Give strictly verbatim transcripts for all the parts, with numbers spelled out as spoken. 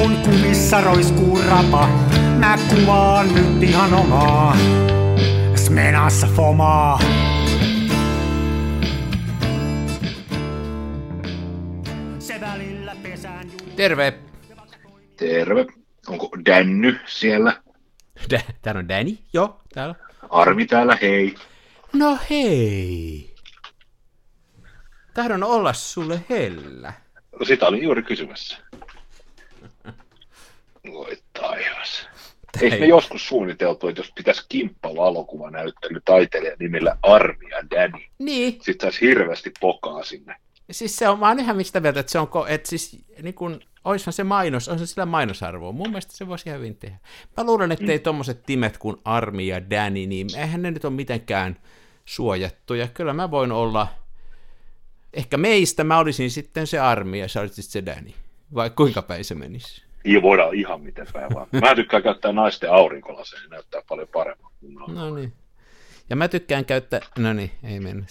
kun kumissa roiskuu rapa, mä kuvaan nyt ihan omaa Smenassa fomaa. Se välillä pesään juu... Terve. Terve. Onko Dänny siellä? D- täällä on Danny, joo, täällä. Arvi täällä, hei. No hei. Tahdon olla sulle hellä. No sitä olin juuri kysymässä. Voi taivas. Eikö me joskus suunniteltu, että jos pitäisi kimppavalokuvanäyttely taiteilijan nimellä Arvi ja Danny, Niin. sitten saisi hirveästi pokaa sinne. Siis se on, mä oon ihan mistä mieltä, että se on, että siis niin kun, oishan se mainos, oishan sillä mainosarvoa. Mun mielestä se voisi hyvin tehdä. Mä luulen, että ei mm. tommoset timet kuin Armi ja Danny, niin eihän ne nyt ole mitenkään suojattuja. Kyllä mä voin olla, ehkä meistä mä olisin sitten se Armi ja sä olisit se Danny. Vai kuinka päin se menisi? Ei voida ihan miten päin vaan. Mä tykkään käyttää naisten aurinkolaseja, ne näyttää paljon paremmin. No niin. Ja mä tykkään käyttää, no niin, ei mennä.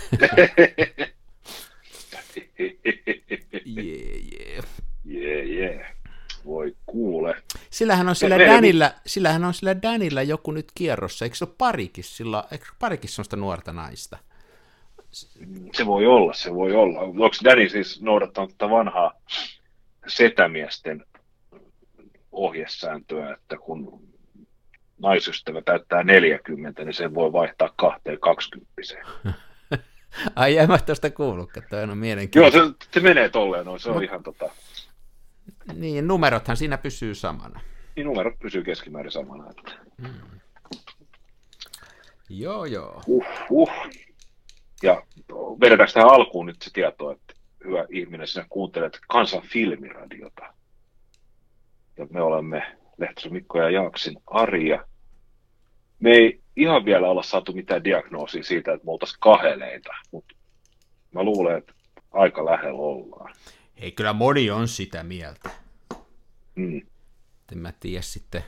Jee, jee. Jee, jee. Voi kuule. Sillähän on sillä Dannyllä, sillähän on sillä Dannyllä joku nyt kierrossa. Eikö se ole parikin, sillä, eikö parikin sellaista nuorta naista? Se voi olla, se voi olla. Onko Danny siis noudattanut tätä vanhaa setämiesten ohjesääntöä, että kun naisystävä täyttää neljäkymmentä, niin sen voi vaihtaa kahteen kaksikymppiseen. Ai en mä tuosta kuullutkaan, toi on mielenkiintoista. Joo, se, se menee tolleen, no, se on no, ihan tota... Niin, numerothan siinä pysyy samana. Niin, numerot pysyy keskimäärin samana. Että... Hmm. Joo, joo. Uh, uh. Ja vedetäänkö tähän alkuun nyt se tieto, että hyvä ihminen, sinä kuuntelet Kansan filmiradiota. Ja me olemme Lehtosen Mikko ja Jaaksin Ari, ja me ei ihan vielä olla saatu mitään diagnoosia siitä, että me oltaisiin kaheleita, mutta mä luulen, että aika lähellä ollaan. Hei, kyllä moni on sitä mieltä. Mm. En mä tiedä sitten.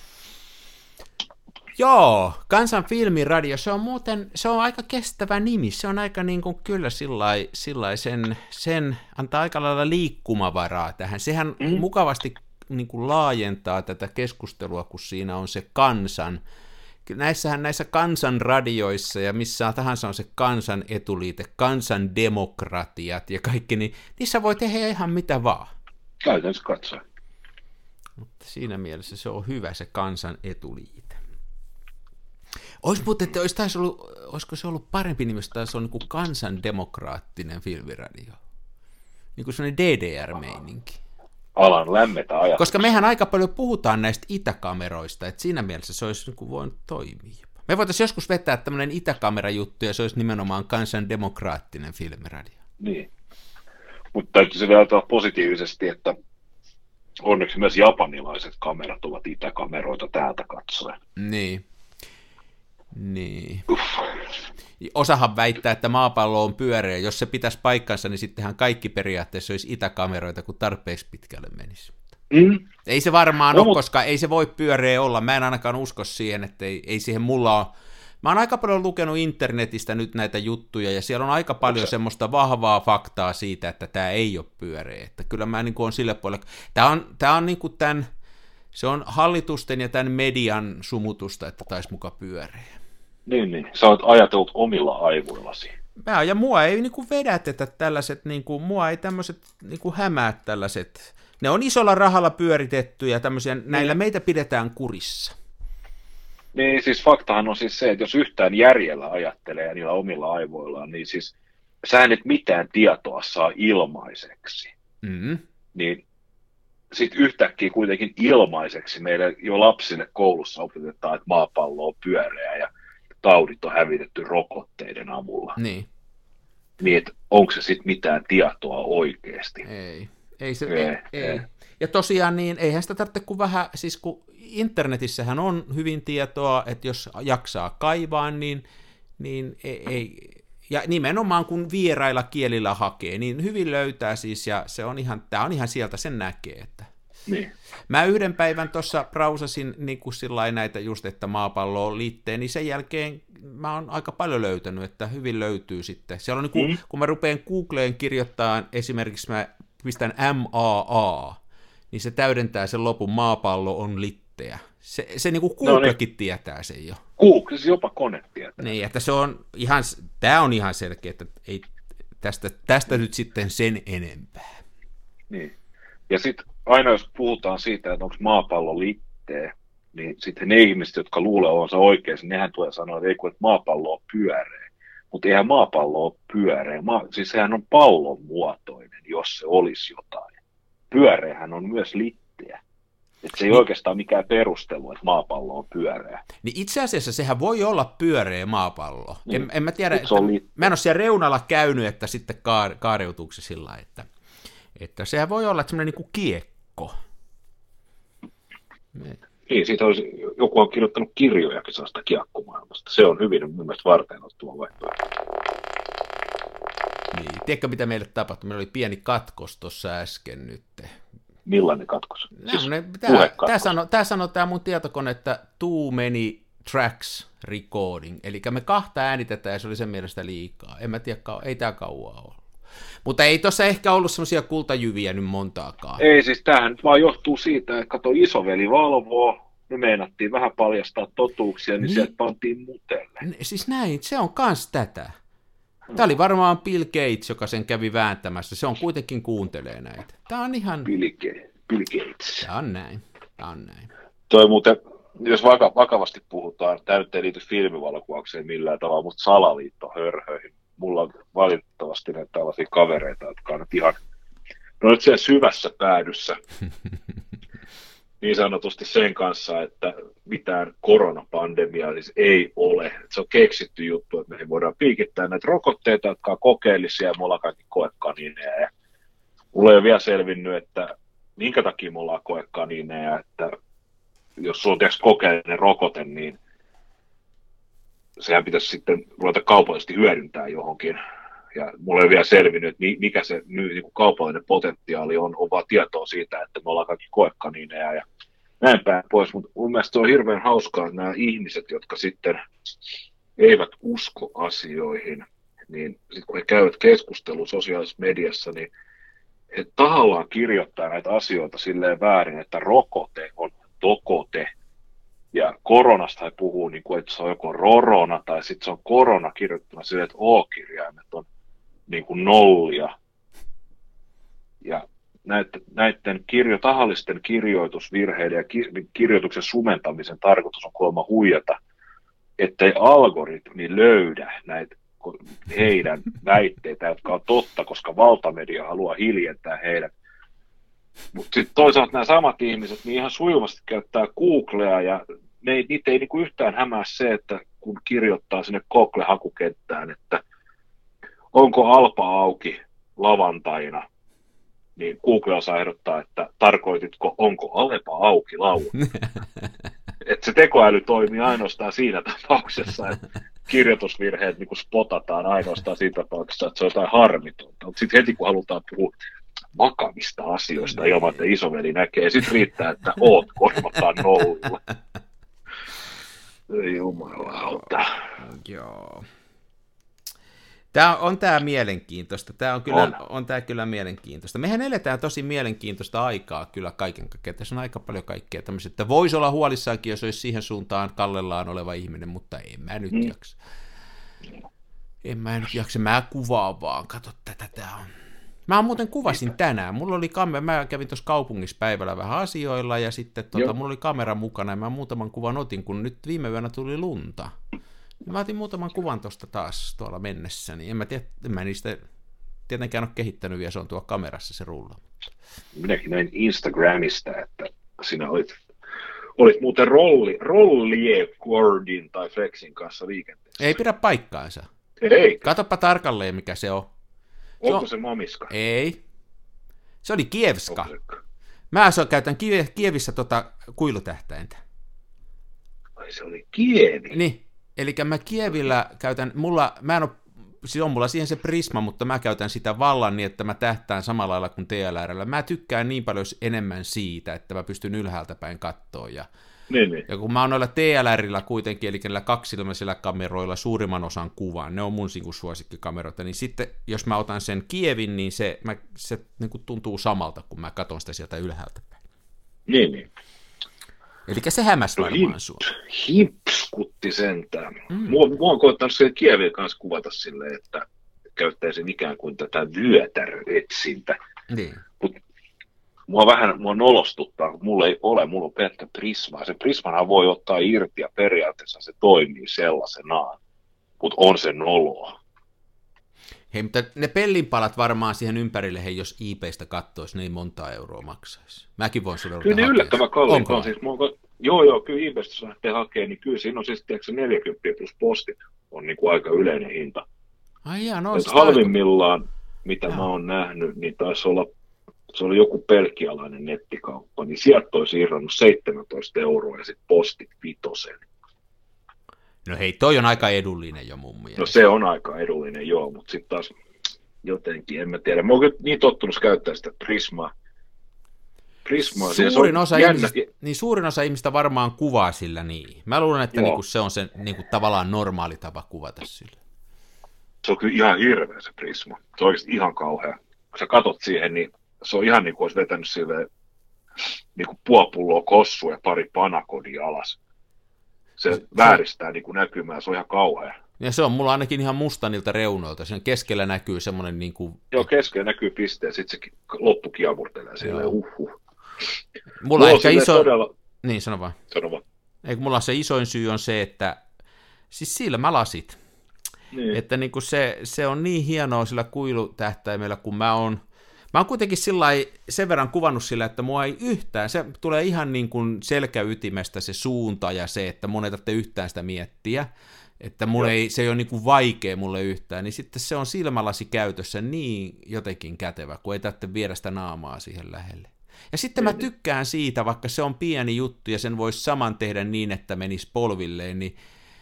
Joo, Kansan filmiradio, se on muuten, se on aika kestävä nimi, se on aika niin kuin kyllä sillai, sillai sen, sen antaa aika lailla liikkumavaraa tähän. Sehän mm. mukavasti niin kuin laajentaa tätä keskustelua, kun siinä on se kansan. Näissähän näissä kansanradioissa ja missä tahansa on se kansan etuliite, kansan demokratiat ja kaikki, niin niissä voi tehdä ihan mitä vaan. Käytännössä katsoen. Mutta siinä mielessä se on hyvä se kansan etuliite. Ois, mutta, että olisi taisi ollut, olisiko se ollut parempi nimi, jos taisi olla niin kuin kansandemokraattinen filmiradio? Niin kuin sellainen D D R-meininki. Alan lämmetä ajatus. Koska mehän aika paljon puhutaan näistä itäkameroista, että siinä mielessä se olisi niin kuin voinut toimia. Me voitaisiin joskus vetää tämmöinen itäkamerajuttu, ja se olisi nimenomaan kansandemokraattinen filmiradio. Niin, mutta täytyy se vielä ottaa positiivisesti, että onneksi myös japanilaiset kamerat ovat itäkameroita täältä katsoen. Niin. Niin. Uff. Osahan väittää, että maapallo on pyöreä. Jos se pitäisi paikkansa, niin sittenhän kaikki periaatteessa olisi itäkameroita, kun tarpeeksi pitkälle menisi. Mm. Ei se varmaan no, ole, mut... koska ei se voi pyöreä olla. Mä en ainakaan usko siihen, että ei, ei siihen mulla ole. Mä oon aika paljon lukenut internetistä nyt näitä juttuja, ja siellä on aika paljon semmoista vahvaa faktaa siitä, että tämä ei ole pyöreä. Että kyllä mä niin kuin on sille puolelle. Tämä on, tämä on niin kuin tämän, se on hallitusten ja tämän median sumutusta, että taisi muka pyöreä. Niin, niin. Sä oot ajatellut omilla aivoillasi. Mä, ja mua ei niinku vedätetä tällaiset, niinku, mua ei tämmöiset niinku hämää tällaiset. Ne on isolla rahalla pyöritetty ja tämmöisiä, niin. Näillä meitä pidetään kurissa. Niin, siis faktahan on siis se, että jos yhtään järjellä ajattelee ja niillä omilla aivoillaan, niin siis sä et mitään tietoa saa ilmaiseksi. Mm-hmm. Niin sitten yhtäkkiä kuitenkin ilmaiseksi meille jo lapsille koulussa opetetaan, että maapallo on pyöreä ja taudit on hävitetty rokotteiden avulla. Niin. Niin, että onko se sitten mitään tietoa oikeasti? Ei. Ei se, ei, ei. ei. Ja tosiaan niin, eihän sitä tarvitse kuin vähän, siis kun internetissähän on hyvin tietoa, että jos jaksaa kaivaa, niin, niin ei, ei, ja nimenomaan kun vierailla kielillä hakee, niin hyvin löytää siis, ja se on ihan, tämä on ihan sieltä, sen näkee, että niin. Mä yhden päivän tuossa browsasin niin kuin sillain näitä just, että maapallo on liitteen, niin sen jälkeen mä oon aika paljon löytänyt, että hyvin löytyy sitten. Siellä on niin kuin, mm. kun mä rupean Googleen kirjoittamaan, esimerkiksi mä pistän M A A, niin se täydentää sen lopun maapallo on litteä. Se, se niin kuin Googlekin no niin. tietää sen jo. Google, siis jopa kone tietää. Niin, että se on ihan, tämä on ihan selkeä, että ei tästä, tästä nyt sitten sen enempää. Niin. Ja sitten aina jos puhutaan siitä, että onko maapallo litteä, niin sitten ne ihmiset, jotka luulee olevansa oikeassa, nehän tulee sanoa, että ei kun että maapallo on pyöreä. Mutta eihän maapallo ole pyöreä. Ma- siis sehän on pallon muotoinen, jos se olisi jotain. Pyöreähän on myös litteä. Että se ei niin, oikeastaan mikään perustelu, että maapallo on pyöreä. Niin itse asiassa sehän voi olla pyöreä maapallo. Niin. En, en mä tiedä, että, li- mä en ole siellä reunalla käynyt, että sitten kaar, kaareutuuko se sillä että, että sehän voi olla semmoinen niin kuin kiekko. Me... Niin, siitä olisi, joku on kirjoittanut kirjojakin sellaista kiekkomaailmasta. Se on hyvin mun mielestä varten ottava vaihtoehto. Niin, tiedätkö mitä meille tapahtui? Meillä oli pieni katkos tuossa äsken nyt. Millainen katkos? Siis tämä sanoo, tämä sanoo tämä mun tietokone, että too many tracks recording, eli me kahta äänitetään ja se oli sen mielestä liikaa. En mä tiedä, ei tämä kauan ollut. Mutta ei tuossa ehkä ollut semmoisia kultajyviä nyt montaakaan. Ei, siis tämähän nyt vaan johtuu siitä, että kato isoveli valvoo, me meinattiin vähän paljastaa totuuksia, niin, niin sieltä pantiin mutelle. Siis näin, se on kans tätä. Tämä oli varmaan Bill Gates, joka sen kävi vääntämässä. Se on kuitenkin kuuntelee näitä. Tämä on ihan... Bill, Bill Gates. Tämä on näin. Tämä on näin. Toi muuten, jos vaka- vakavasti puhutaan, tämä nyt ei liity filmivalokuvaukseen millään tavalla, mutta salaliittohörhöihin. Mulla on valitettavasti näitä tällaisia kavereita, jotka on nyt ihan... No nyt siellä syvässä päädyssä. Niin sanotusti sen kanssa, että mitään koronapandemiaa siis ei ole. Se on keksitty juttu, että me voidaan piikittää näitä rokotteita, jotka on kokeellisia, ja me ollaan kaikki koekanineja. Ja mulla ei ole vielä selvinnyt, että minkä takia me ollaan koekanineja, että jos sulla on tietysti kokeellinen rokote, niin sehän pitäisi sitten ruveta kaupallisesti hyödyntää johonkin. Ja mulla ei vielä selvinnyt, että mikä se niin kuin kaupallinen potentiaali on, on vaan tietoa siitä, että me ollaan kaikki koekanineja ja näin päin pois. Mutta mun mielestä se on hirveän hauskaa, että nämä ihmiset, jotka sitten eivät usko asioihin, niin sitten kun he käyvät keskustelua sosiaalisessa mediassa, niin he tahallaan kirjoittaa näitä asioita silleen väärin, että rokote on dokote. Ja koronasta he puhuu, niin kuin, että se on joko rorona tai sitten se on korona kirjoittuna silleen, että O-kirjaimet on niin kuin nollia. Ja näiden, näiden kirjo, tahallisten kirjoitusvirheiden ja ki, kirjoituksen sumentamisen tarkoitus on kuulemma huijata, ettei algoritmi löydä näitä heidän väitteitä, jotka on totta, koska valtamedia haluaa hiljentää heidät. Mutta sitten toisaalta nämä samat ihmiset niin ihan sujuvasti käyttää Googlea ja ne ei, niitä ei niinku yhtään hämää se, että kun kirjoittaa sinne Google-hakukenttään, että onko Alpa auki lavantaina, niin Google osaa ehdottaa, että tarkoititko onko Alepa auki lauantaina. Että se tekoäly toimii ainoastaan siinä tapauksessa, että kirjoitusvirheet niin spotataan ainoastaan siinä tapauksessa, että se on jotain harmitonta. Mutta sitten heti kun halutaan puhua vakavista asioista ilman, että isoveli näkee. Sitten riittää, että oot korvataan nollilla. Ei jumalauta. Joo. Tämä on tämä mielenkiintoista. Tämä on kyllä, on. On tämä kyllä mielenkiintoista. Mehän eletään tosi mielenkiintoista aikaa kyllä kaiken kaikkiaan. Tässä on aika paljon kaikkea tämmöistä, että voisi olla huolissaankin, jos olisi siihen suuntaan kallellaan oleva ihminen, mutta en mä nyt mm. jaksa. En mä nyt jaksa. Mä kuvaan vaan. Kato tätä, tää on. Mä muuten kuvasin tänään. Mulla oli kamera, mä kävin tuossa kaupungissa päivällä vähän asioilla ja sitten tota, mulla oli kamera mukana ja mä muutaman kuvan otin, kun nyt viime yönä tuli lunta. Mä otin muutaman kuvan tuosta taas tuolla mennessä, niin en mä, tiedä, en mä niistä tietenkään ole kehittänyt vielä, se on tuolla kamerassa se rulla. Minäkin näin Instagramista, että sinä olit, olit muuten rolli, Rollier-Gordin tai Flexin kanssa liikenteessä. Ei pidä paikkaansa. Ei. Katoppa tarkalleen, mikä se on. Onko se, on... se mamiska? Ei. Se oli Kievska. Se... Mä so, käytän Kievissä tota kuilutähtäintä. Ai se oli Kievi? Niin. Eli mä Kievillä käytän, mulla, mä en ole, siis on mulla siihen se prisma, mutta mä käytän sitä vallan niin, että mä tähtään samalla lailla kuin T L R:llä. Mä tykkään niin paljon enemmän siitä, että mä pystyn ylhäältä päin katsoa. Ja, niin, niin. ja kun mä oon noilla T L R:llä kuitenkin, eli näillä kaksilmäisillä kameroilla suurimman osan kuvaan, ne on mun suosikkikameroita, niin sitten jos mä otan sen Kievin, niin se, mä, se niin kuin tuntuu samalta, kun mä katson sitä sieltä ylhäältä päin. Niin, niin. Eli se hämäsi No, varmaan hip, sua. hipskutti sentään. Mm. Mua, mua on koittanut siellä Kievin kanssa kuvata silleen, että käyttäisin ikään kuin tätä vyötäröetsintä. Niin. Mut mua vähän mua nolostuttaa, kun mulla ei ole, mulla on pelkkä prisma. Se prismana voi ottaa irti ja periaatteessa se toimii sellaisenaan, mutta on se noloa. Hei, mutta ne pellinpalat varmaan siihen ympärille, hei, jos eBaystä kattoisi, ne ei montaa euroa maksaisi. Mäkin voin sulle Kyllä ne yllättävän kalliita on. Siis, on, joo, joo, kyllä eBaystä jos lähtee hakemaan, niin kyllä siinä on siis tiedätkö, neljäkymmentä plus postit on niin kuin aika yleinen hinta. Ai jaa, no, halvimmillaan, mitä jaa. mä oon nähnyt, niin taisi olla, se oli joku belgialainen nettikauppa, niin sieltä olisi irrannut seitsemäntoista euroa ja sitten postit vitosen. No hei, toi on aika edullinen jo mun mielestä. No se on aika edullinen, joo, mutta sitten taas jotenkin, en mä tiedä. Mä oon kyllä niin tottunut käyttää sitä Prismaa. Prismaa suurin, osa ihmisistä, niin suurin osa ihmistä varmaan kuvaa sillä niin. Mä luulen, että niinku se on se niinku tavallaan normaali tapa kuvata sillä. Se on kyllä ihan hirveä se Prisma. Se on oikeasti ihan kauhea. Kun sä katot siihen, niin se on ihan niin kuin olisi vetänyt silleen niin kuin puoli pulloa kossua ja pari panakodia alas. Se, se vääristää niin kuin näkymään, se on ihan kauhea. Ja se on mulla ainakin ihan musta niiltä reunoilta. Sen keskellä näkyy semmoinen niin kuin... Joo, keskellä näkyy piste ja sitten se loppu kiavurtelee silleen uhuh. Mulla on ehkä iso... Todella... Niin, sano vaan. Sano vaan. Eikö mulla se isoin syy on se, että siis silmälasit. Niin. Että niin kuin se, se on niin hienoa sillä kuilutähtäimellä, kun mä oon Mä oon kuitenkin sillai, sen verran kuvannut sillä, että mua ei yhtään, se tulee ihan niin kuin selkäytimestä se suunta ja se, että mun ei tarvitse yhtään sitä miettiä, että mun ei, se ei ole niin kuin vaikea mulle yhtään, niin sitten se on silmälasi käytössä niin jotenkin kätevä, kun ei tarvitse viedä sitä naamaa siihen lähelle. Ja sitten mä tykkään siitä, vaikka se on pieni juttu ja sen voisi saman tehdä niin, että menisi polvilleen, niin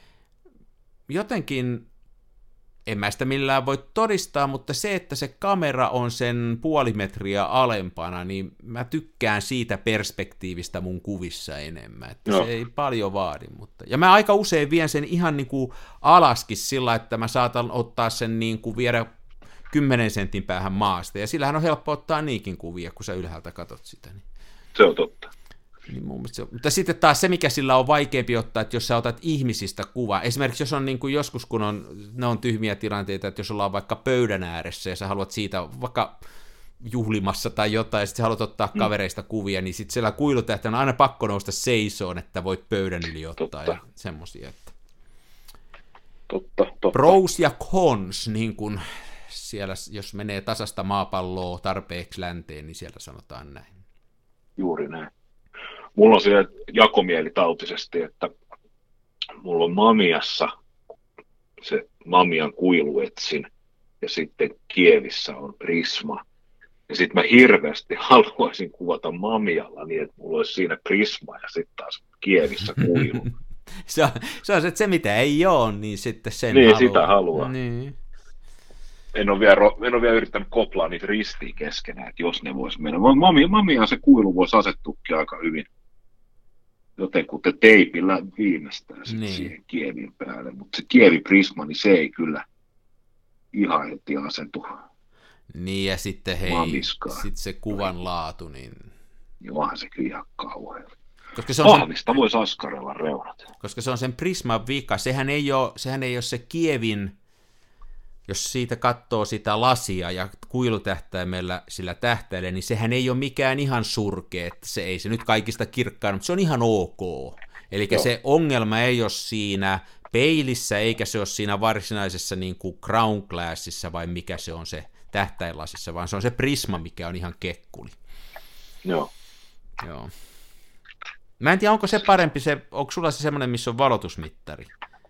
jotenkin, en mä sitä millään voi todistaa, mutta se, että se kamera on sen puoli metriä alempana, niin mä tykkään siitä perspektiivistä mun kuvissa enemmän, että no. Se ei paljon vaadi. Mutta... Ja mä aika usein vien sen ihan niin kuin alaskin sillä, että mä saatan ottaa sen niin kuin viedä kymmenen sentin päähän maasta, ja sillähän on helppo ottaa niinkin kuvia, kun sä ylhäältä katot sitä. Niin. Se on totta. Niin mun se on. Mutta sitten taas se, mikä sillä on vaikeampi ottaa, että jos sä otat ihmisistä kuvaa, esimerkiksi jos on niin kuin joskus, kun on, ne on tyhmiä tilanteita, että jos ollaan vaikka pöydän ääressä ja sä haluat siitä vaikka juhlimassa tai jotain, ja sitten sä haluat ottaa kavereista kuvia, niin sitten siellä kuilutähtä on aina pakko nousta seisoon, että voit pöydän yli ottaa totta. Ja semmoisia. Että... Totta, totta. Pros ja cons, niin kuin siellä, jos menee tasasta maapalloa tarpeeksi länteen, niin siellä sanotaan näin. Juuri näin. Mulla on siellä jakomielitautisesti, että mulla on Mamiassa se Mamian kuiluetsin ja sitten Kievissä on Prisma. Ja sitten mä hirveästi haluaisin kuvata Mamialla niin, että mulla olisi siinä Prisma ja sitten taas Kievissä kuilu. se, on, se on se, että se mitä ei ole, niin sitten sen niin, haluaa. sitä haluaa. Niin. En ole, vielä, en ole vielä yrittänyt koplaa niitä ristiin keskenään, että jos ne vois mennä. Mami, Mamiaan se kuilu voisi asettuukin aika hyvin. Joten kun te teipillä viimeistään niin. Siihen Kievin päälle. Mutta se Kievi Prisma, niin se ei kyllä ihan heti asetu. Niin ja sitten hei, sit se kuvan laatu. Niin... Johan se kyllä ihan kauhean. Vahvista sen... voisi askarella reunat. Koska se on sen Prisman vika. Sehän ei ole, sehän ei ole se Kievin... Jos siitä katsoo sitä lasia ja kuilutähtäimellä sillä tähtäilee, niin sehän ei ole mikään ihan surkea, että se ei se nyt kaikista kirkkaan, mutta se on ihan ok. Eli se ongelma ei ole siinä peilissä, eikä se ole siinä varsinaisessa niin kuin crown glassissa, vai mikä se on se tähtäinlasissa, vaan se on se prisma, mikä on ihan kekkuli. Joo. Joo. Mä en tiedä, onko se parempi, se, onko sulla se semmoinen, missä on valotusmittari?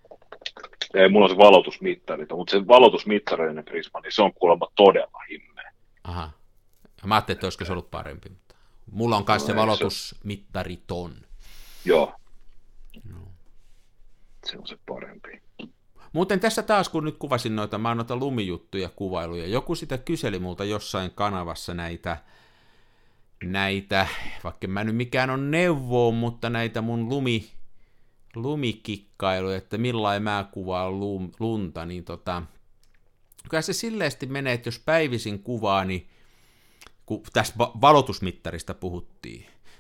Ei, mulla on se valotusmittari, mutta se valotusmittareinen Prisma, niin se on kuulemma todella himmeä. Aha. Mä ajattelin, että olisiko se ollut parempi. Mutta... Mulla on myös no, se valotusmittariton. Joo. No. Se on se parempi. Muuten tässä taas, kun nyt kuvasin noita, mä oon noita lumijuttuja kuvailuja. Joku sitä kyseli multa jossain kanavassa näitä, näitä vaikka mä nyt mikään on neuvoa, mutta näitä mun lumi... lumikikkailu, että millain mä kuvaan lunta, niin tota, kyllä se silleesti menee, että jos päivisin kuvaa, niin kun tässä valotusmittarista puhuttiin,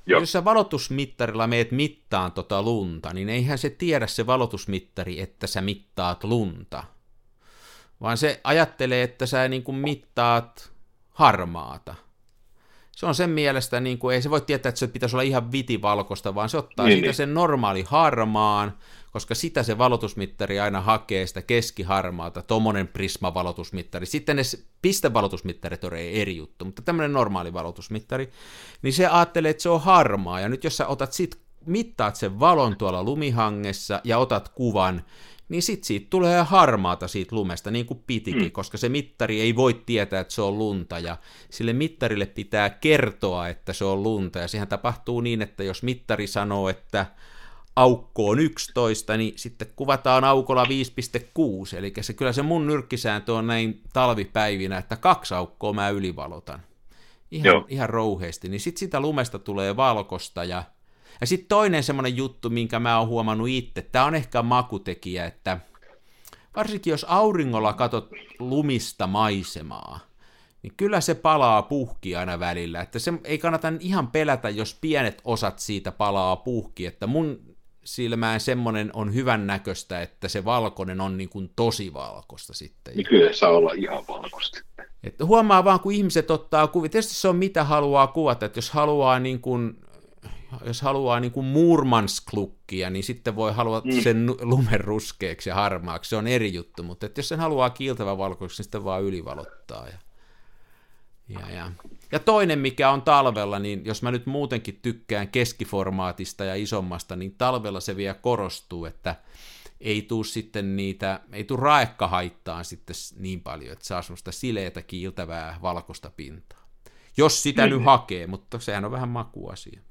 Joo. Jos sä valotusmittarilla meet mittaan tota lunta, niin eihän se tiedä se valotusmittari, että sä mittaat lunta. Vaan se ajattelee, että sä niin kuin mittaat harmaata. Se on sen mielestä, niin kuin, ei se voi tietää, että se pitäisi olla ihan vitivalkoista, vaan se ottaa niin, siitä niin. sen normaali harmaan, koska sitä se valotusmittari aina hakee, sitä keskiharmaata, tommonen prismavalotusmittari. Sitten ne pistevalotusmittarit on eri juttu, mutta tämmöinen normaali valotusmittari, niin se ajattelee, että se on harmaa. Ja nyt jos sä otat sit, mittaat sen valon tuolla lumihangessa ja otat kuvan, niin sit siitä tulee harmaata siitä lumesta, niin kuin pitikin, mm. koska se mittari ei voi tietää, että se on lunta, ja sille mittarille pitää kertoa, että se on lunta, ja sehän tapahtuu niin, että jos mittari sanoo, että aukko on yksitoista, niin sitten kuvataan aukolla viisi pilkku kuusi, eli se, kyllä se mun nyrkkisääntö on näin talvipäivinä, että kaksi aukkoa mä ylivalotan, ihan, ihan rouheasti, niin sitten sitä lumesta tulee valkosta, ja Ja sitten toinen semmoinen juttu, minkä mä oon huomannut itse, tämä on ehkä makutekijä, että varsinkin jos auringolla katot lumista maisemaa, niin kyllä se palaa puhki aina välillä, että se ei kannata ihan pelätä, jos pienet osat siitä palaa puhki, että mun silmään semmoinen on hyvän näköistä, että se valkoinen on niin kuin tosi valkoista sitten. Niin kyllä saa olla ihan valkoista. Että huomaa vaan, kun ihmiset ottaa kuvia, tietysti se on mitä haluaa kuvata, että jos haluaa niin kuin jos haluaa niin kuin Murmansk-lukkia, niin sitten voi haluaa mm. sen lumen ruskeaksi ja harmaaksi, se on eri juttu, mutta että jos sen haluaa kiiltävän valkoiseksi, niin sitten vaan ylivalottaa. Ja, ja, ja. ja toinen, mikä on talvella, niin jos mä nyt muutenkin tykkään keskiformaatista ja isommasta, niin talvella se vielä korostuu, että ei tule sitten niitä, ei tule raekkahaittaan sitten niin paljon, että saa semmoista sileätä kiiltävää valkoista pintaa. Jos sitä mm. nyt hakee, mutta sehän on vähän makuasia.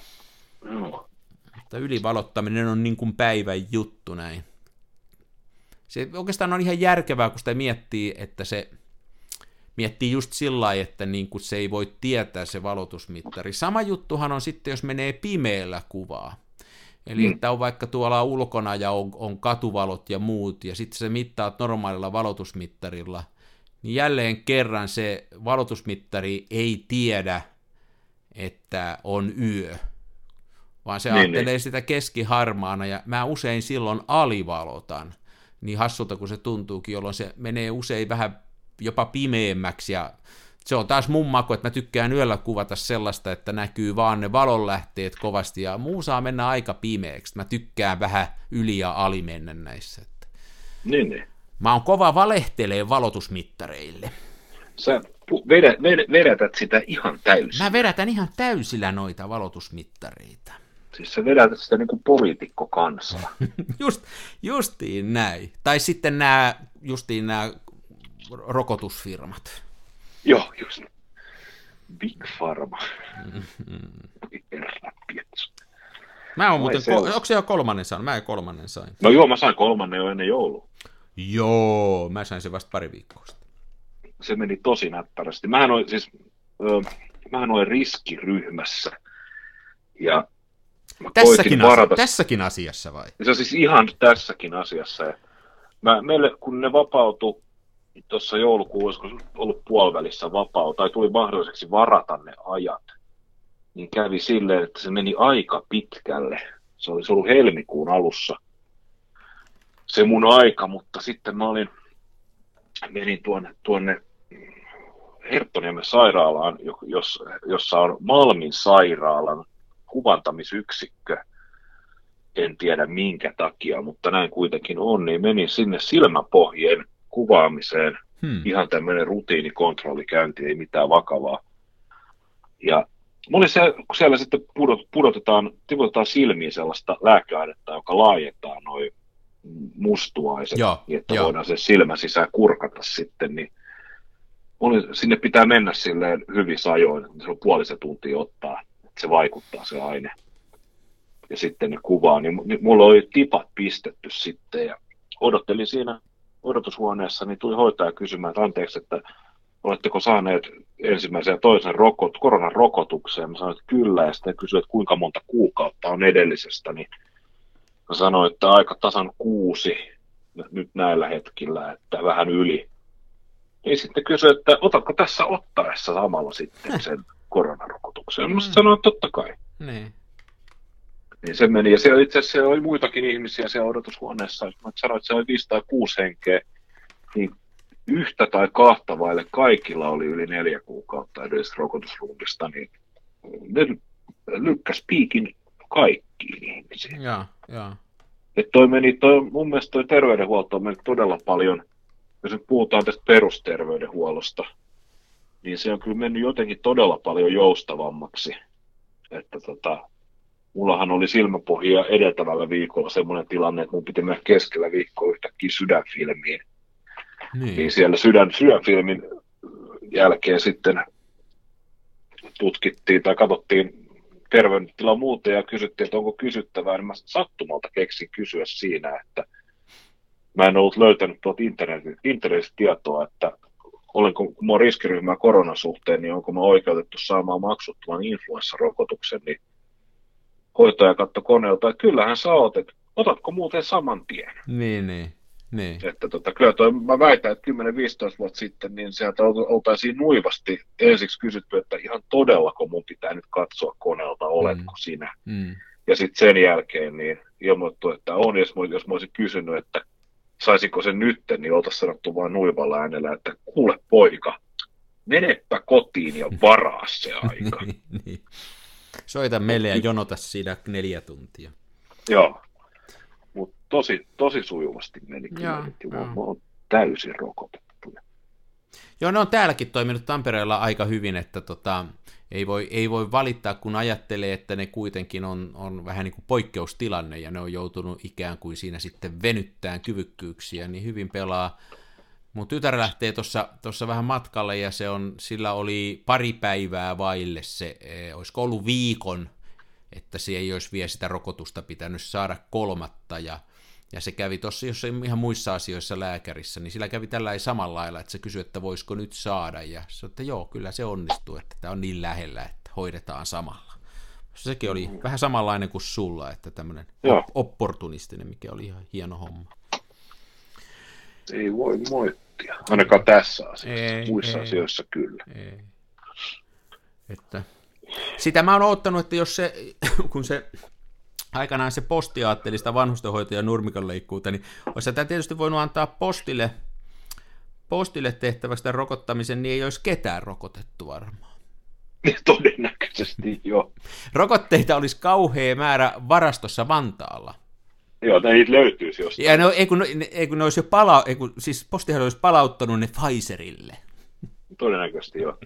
No. Mutta ylivalottaminen on niin kuin päivän juttu näin. Se oikeastaan on ihan järkevää, kun sitä miettii, että se miettii just sillä lailla, että niin kuin se ei voi tietää se valotusmittari. Sama juttuhan on sitten, jos menee pimeällä kuvaa. Eli mm. että on vaikka tuolla ulkona ja on, on katuvalot ja muut, ja sitten se mittaat normaalilla valotusmittarilla, niin jälleen kerran se valotusmittari ei tiedä, että on yö. Vaan se niin, ajattelee niin. sitä keskiharmaana, ja mä usein silloin alivalotan, niin hassulta kuin se tuntuukin, jolloin se menee usein vähän jopa pimeämmäksi, ja se on taas mun maku, että mä tykkään yöllä kuvata sellaista, että näkyy vaan ne valonlähteet kovasti, ja muu saa mennä aika pimeäksi. Mä tykkään vähän yli ja ali mennä näissä. Niin, niin. Mä oon kova valehtelee valotusmittareille. Sä vedät, vedätät sitä ihan täysin. Mä vedätän ihan täysillä noita valotusmittareita. Siis sä vedätät sitä niin kuin poliitikko kansaa. Just, justiin näin. Tai sitten nämä, justiin nämä rokotusfirmat. Joo, just. Big Pharma. Mm-hmm. Mä oon muuten, ko- onko se jo kolmannen saanut? Mä en kolmannen sain. No joo, mä sain kolmannen jo ennen joulua. Joo, mä sain sen vasta pari viikkoa sitten. Se meni tosi näppärästi. Mähän olin siis, ö, mähän olin riskiryhmässä. Ja mä tässäkin, varata... asia, tässäkin asiassa vai? Se on siis ihan tässäkin asiassa. Ja mä, meille, kun ne vapautui tuossa joulukuussa, kun ollut puolivälissä vapaa, tai tuli mahdolliseksi varata ne ajat, niin kävi silleen, että se meni aika pitkälle. Se oli ollut helmikuun alussa se mun aika, mutta sitten mä olin, menin tuonne, tuonne Herttoniemen sairaalaan, jossa on Malmin sairaalan kuvantamisyksikkö. En tiedä minkä takia, mutta näin kuitenkin on, niin menin sinne silmäpohjien kuvaamiseen. Hmm. Ihan tämmöinen rutiinikontrollikäynti, ei mitään vakavaa. Ja mulla siellä, kun siellä sitten pudot, pudotetaan, tiputetaan silmiin sellaista lääkeainetta, joka laajentaa noin mustuaiset, joo, niin että jo. voidaan se silmä sisään kurkata sitten, niin oli, sinne pitää mennä silleen hyvissä ajoin, että se on puolisen tuntia ottaa, että se vaikuttaa se aine. Ja sitten ne kuvaa, niin mulla oli tipat pistetty sitten ja odottelin siinä odotushuoneessa, niin tuli hoitaja kysymään, että anteeksi, että oletteko saaneet ensimmäisen ja toisen rokot, koronan rokotukseen? Mä sanoin, että kyllä, ja sitten kysyin, että kuinka monta kuukautta on edellisestä, niin mä sanoin, että aika tasan kuusi nyt näillä hetkillä, että vähän yli. Ja sitten kysyin, että otatko tässä ottaessa samalla sitten sen koronarokotuksen? rokotuksen. Mm. Musta sanoin, että totta kai. Niin. Niin se meni, ja siellä itse asiassa oli muitakin ihmisiä siellä odotushuoneessa, jos mä sanoin, että se oli viisi tai kuusi henkeä, niin yhtä tai kahta vaille kaikilla oli yli neljä kuukautta edellisestä rokotusrundista, niin ne lykkäs piikin kaikkiin ihmisiin. Joo, joo. Että toi meni, toi, mun mielestä toi terveydenhuolto on mennyt todella paljon, jos nyt puhutaan tästä perusterveydenhuollosta, niin se on kyllä mennyt jotenkin todella paljon joustavammaksi. Että tota, mullahan oli silmäpohjia edeltävällä viikolla semmoinen tilanne, että mun piti mennä keskellä viikkoa yhtäkkiä sydänfilmiin. Niin, niin siellä sydän, sydänfilmin jälkeen sitten tutkittiin tai katsottiin terveydentila muuta ja kysyttiin, että onko kysyttävää, niin mä sattumalta keksin kysyä siinä, että mä en ollut löytänyt tuolta internetistä, internetistä tietoa, että olenko, kun mä oon riskiryhmää koronan suhteen, niin onko mä oikeutettu saamaan maksuttoman influenssarokotuksen, niin hoitaja katsoi koneelta, että kyllähän sä oot, että otatko muuten saman tien? Niin, niin. Niin. Että tota, kyllä toi, mä väitän, että kymmenen viisitoista vuotta sitten, niin sieltä oltaisiin nuivasti ensiksi kysytty, että ihan todellako mun pitää nyt katsoa koneelta, oletko mm. sinä. Mm. Ja sitten sen jälkeen niin ilmoittu, että on, jos mä, jos mä olisin kysynyt, että saisinko sen nytten, niin oltaisiin sanottu vaan nuivalla äänellä, että kuule poika, menepä kotiin ja varaa se aika. Niin. Soita meille ja jonota siinä neljä tuntia. Joo. Mutta tosi, tosi sujuvasti meni kyllä, että mä oon täysin rokotettu. Joo, ne on täälläkin toiminut Tampereella aika hyvin, että tota, ei, voi, ei voi valittaa, kun ajattelee, että ne kuitenkin on, on vähän niin kuin poikkeustilanne, ja ne on joutunut ikään kuin siinä sitten venyttämään kyvykkyyksiä, niin hyvin pelaa. Mun tytär lähtee tuossa vähän matkalle, ja se on, sillä oli pari päivää vaille se, eh, olisiko ollut viikon, että se ei olisi vielä sitä rokotusta pitänyt saada kolmatta, ja, ja se kävi tuossa jossain ihan muissa asioissa lääkärissä, niin sillä kävi tällä samalla lailla, että se kysyi, että voisiko nyt saada, ja se että joo, kyllä se onnistuu, että tämä on niin lähellä, että hoidetaan samalla. Sekin oli vähän samanlainen kuin sulla, että tämmöinen opportunistinen, mikä oli ihan hieno homma. Ei voi moittia, ainakaan tässä asiassa, ei, muissa ei, asioissa kyllä. Ei. Että... Sitä mä oon oottanut, että jos se, kun se aikanaan se posti ajatteli sitä vanhustenhoitoa nurmikon leikkuuta, niin olisi tämä tietysti voinut antaa postille, postille tehtäväksi tämän rokottamisen, niin ei olisi ketään rokotettu varmaan. Todennäköisesti, joo. Rokotteita olisi kauhea määrä varastossa Vantaalla. Joo, niitä löytyisi jostain. Ja no, ei, kun, ei kun ne olisi jo pala, ei kun, siis postihan olisi palauttanut ne Pfizerille. Todennäköisesti, joo.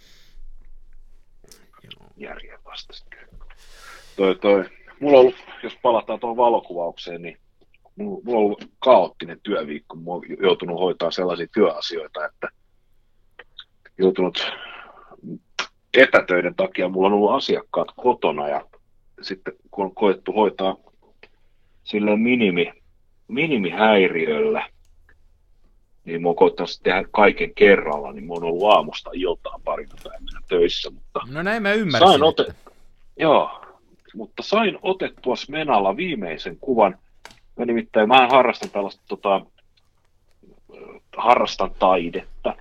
Järjenvastaisesti. Toi, toi. Mulla on ollut, jos palataan tuohon valokuvaukseen, niin mulla on ollut kaoottinen työviikko. Mä oon joutunut hoitaa sellaisia työasioita, että joutunut etätöiden takia, mulla on ollut asiakkaat kotona ja sitten kun on koettu hoitaa silleen minimi, minimihäiriöllä, niin mä oon koittanut tehdä kaiken kerralla, niin mä oon ollut aamusta iltaan parina päivänä töissä. Mutta no näin mä ymmärsin. Sain ote- joo, mutta sain otettua Smenalla viimeisen kuvan. Mä nimittäin, mä harrastan tällaista, tota, harrastan taidetta,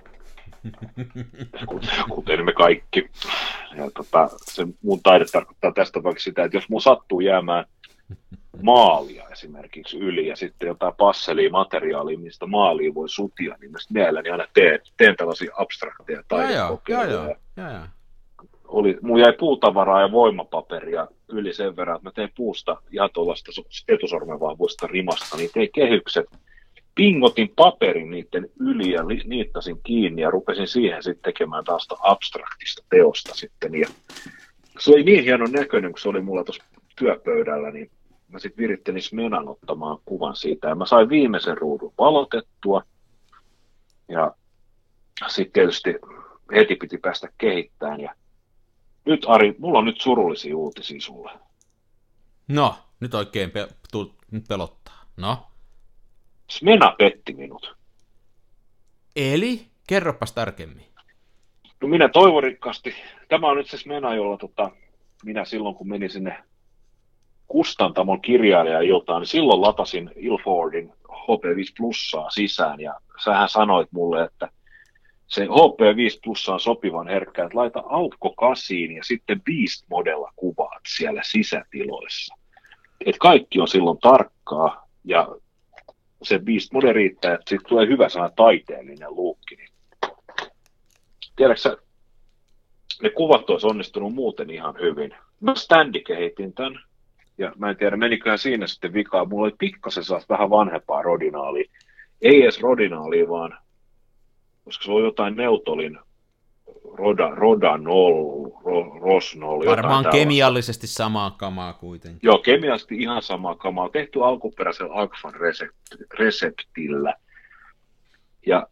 kuten me kaikki. Ja tota, se mun taide tarkoittaa tästä vaikka sitä, että jos mun sattuu jäämään maalia esimerkiksi yli ja sitten jotain passelia materiaalia, mistä maalia voi sutia, niin mä mielelläni aina teen, teen tällaisia abstrakteja taidekokeiluja. Oli, mun jäi puutavaraa ja voimapaperia yli sen verran, että mä tein puusta ihan tuollaista etusormen vahvuista rimasta, niin tein kehykset, pingotin paperin niiden yli ja li, niittasin kiinni ja rupesin siihen sitten tekemään taas abstraktista teosta sitten. Ja se oli niin hienon näköinen, kun se oli mulla tuossa työpöydällä, niin mä sitten virittelin Smenan ottamaan kuvan siitä, ja mä sain viimeisen ruudun valotettua, ja sitten tietysti heti piti päästä kehittämään, ja nyt Ari, mulla on nyt surullisia uutisia sulle. No, nyt oikein pe- tu- nyt pelottaa, no? Smena petti minut. Eli? Kerropas tarkemmin. No minä toivon rikkaasti, tämä on nyt se Smena, jolla tota, minä silloin kun menin sinne kustantamon kirjailijailtaan, niin silloin latasin Ilfordin H P viisi plussaa sisään, ja sähän sanoit mulle, että se H P viisi Plus on sopivan herkkä, että laita aukko kasiin ja sitten Beast Modella kuvaat siellä sisätiloissa. Et kaikki on silloin tarkkaa ja se Beast Mode riittää, että siitä tulee hyvä sana taiteellinen luukki. Tiedätkö sä, ne kuvat olisi onnistunut muuten ihan hyvin. Mä standi kehitin tämän ja mä en tiedä meniköhän siinä sitten vikaa. Mulla oli pikkasen saas vähän vanhempaa rodinaalia. Ei edes rodinaalia, vaan koska se on jotain Neutolin Roda, Rodanol, ro, Rosnol. Varmaan kemiallisesti samaa kamaa kuitenkin. Joo, kemiallisesti ihan samaa kamaa. Tehty alkuperäisellä Agfan reseptillä. Ja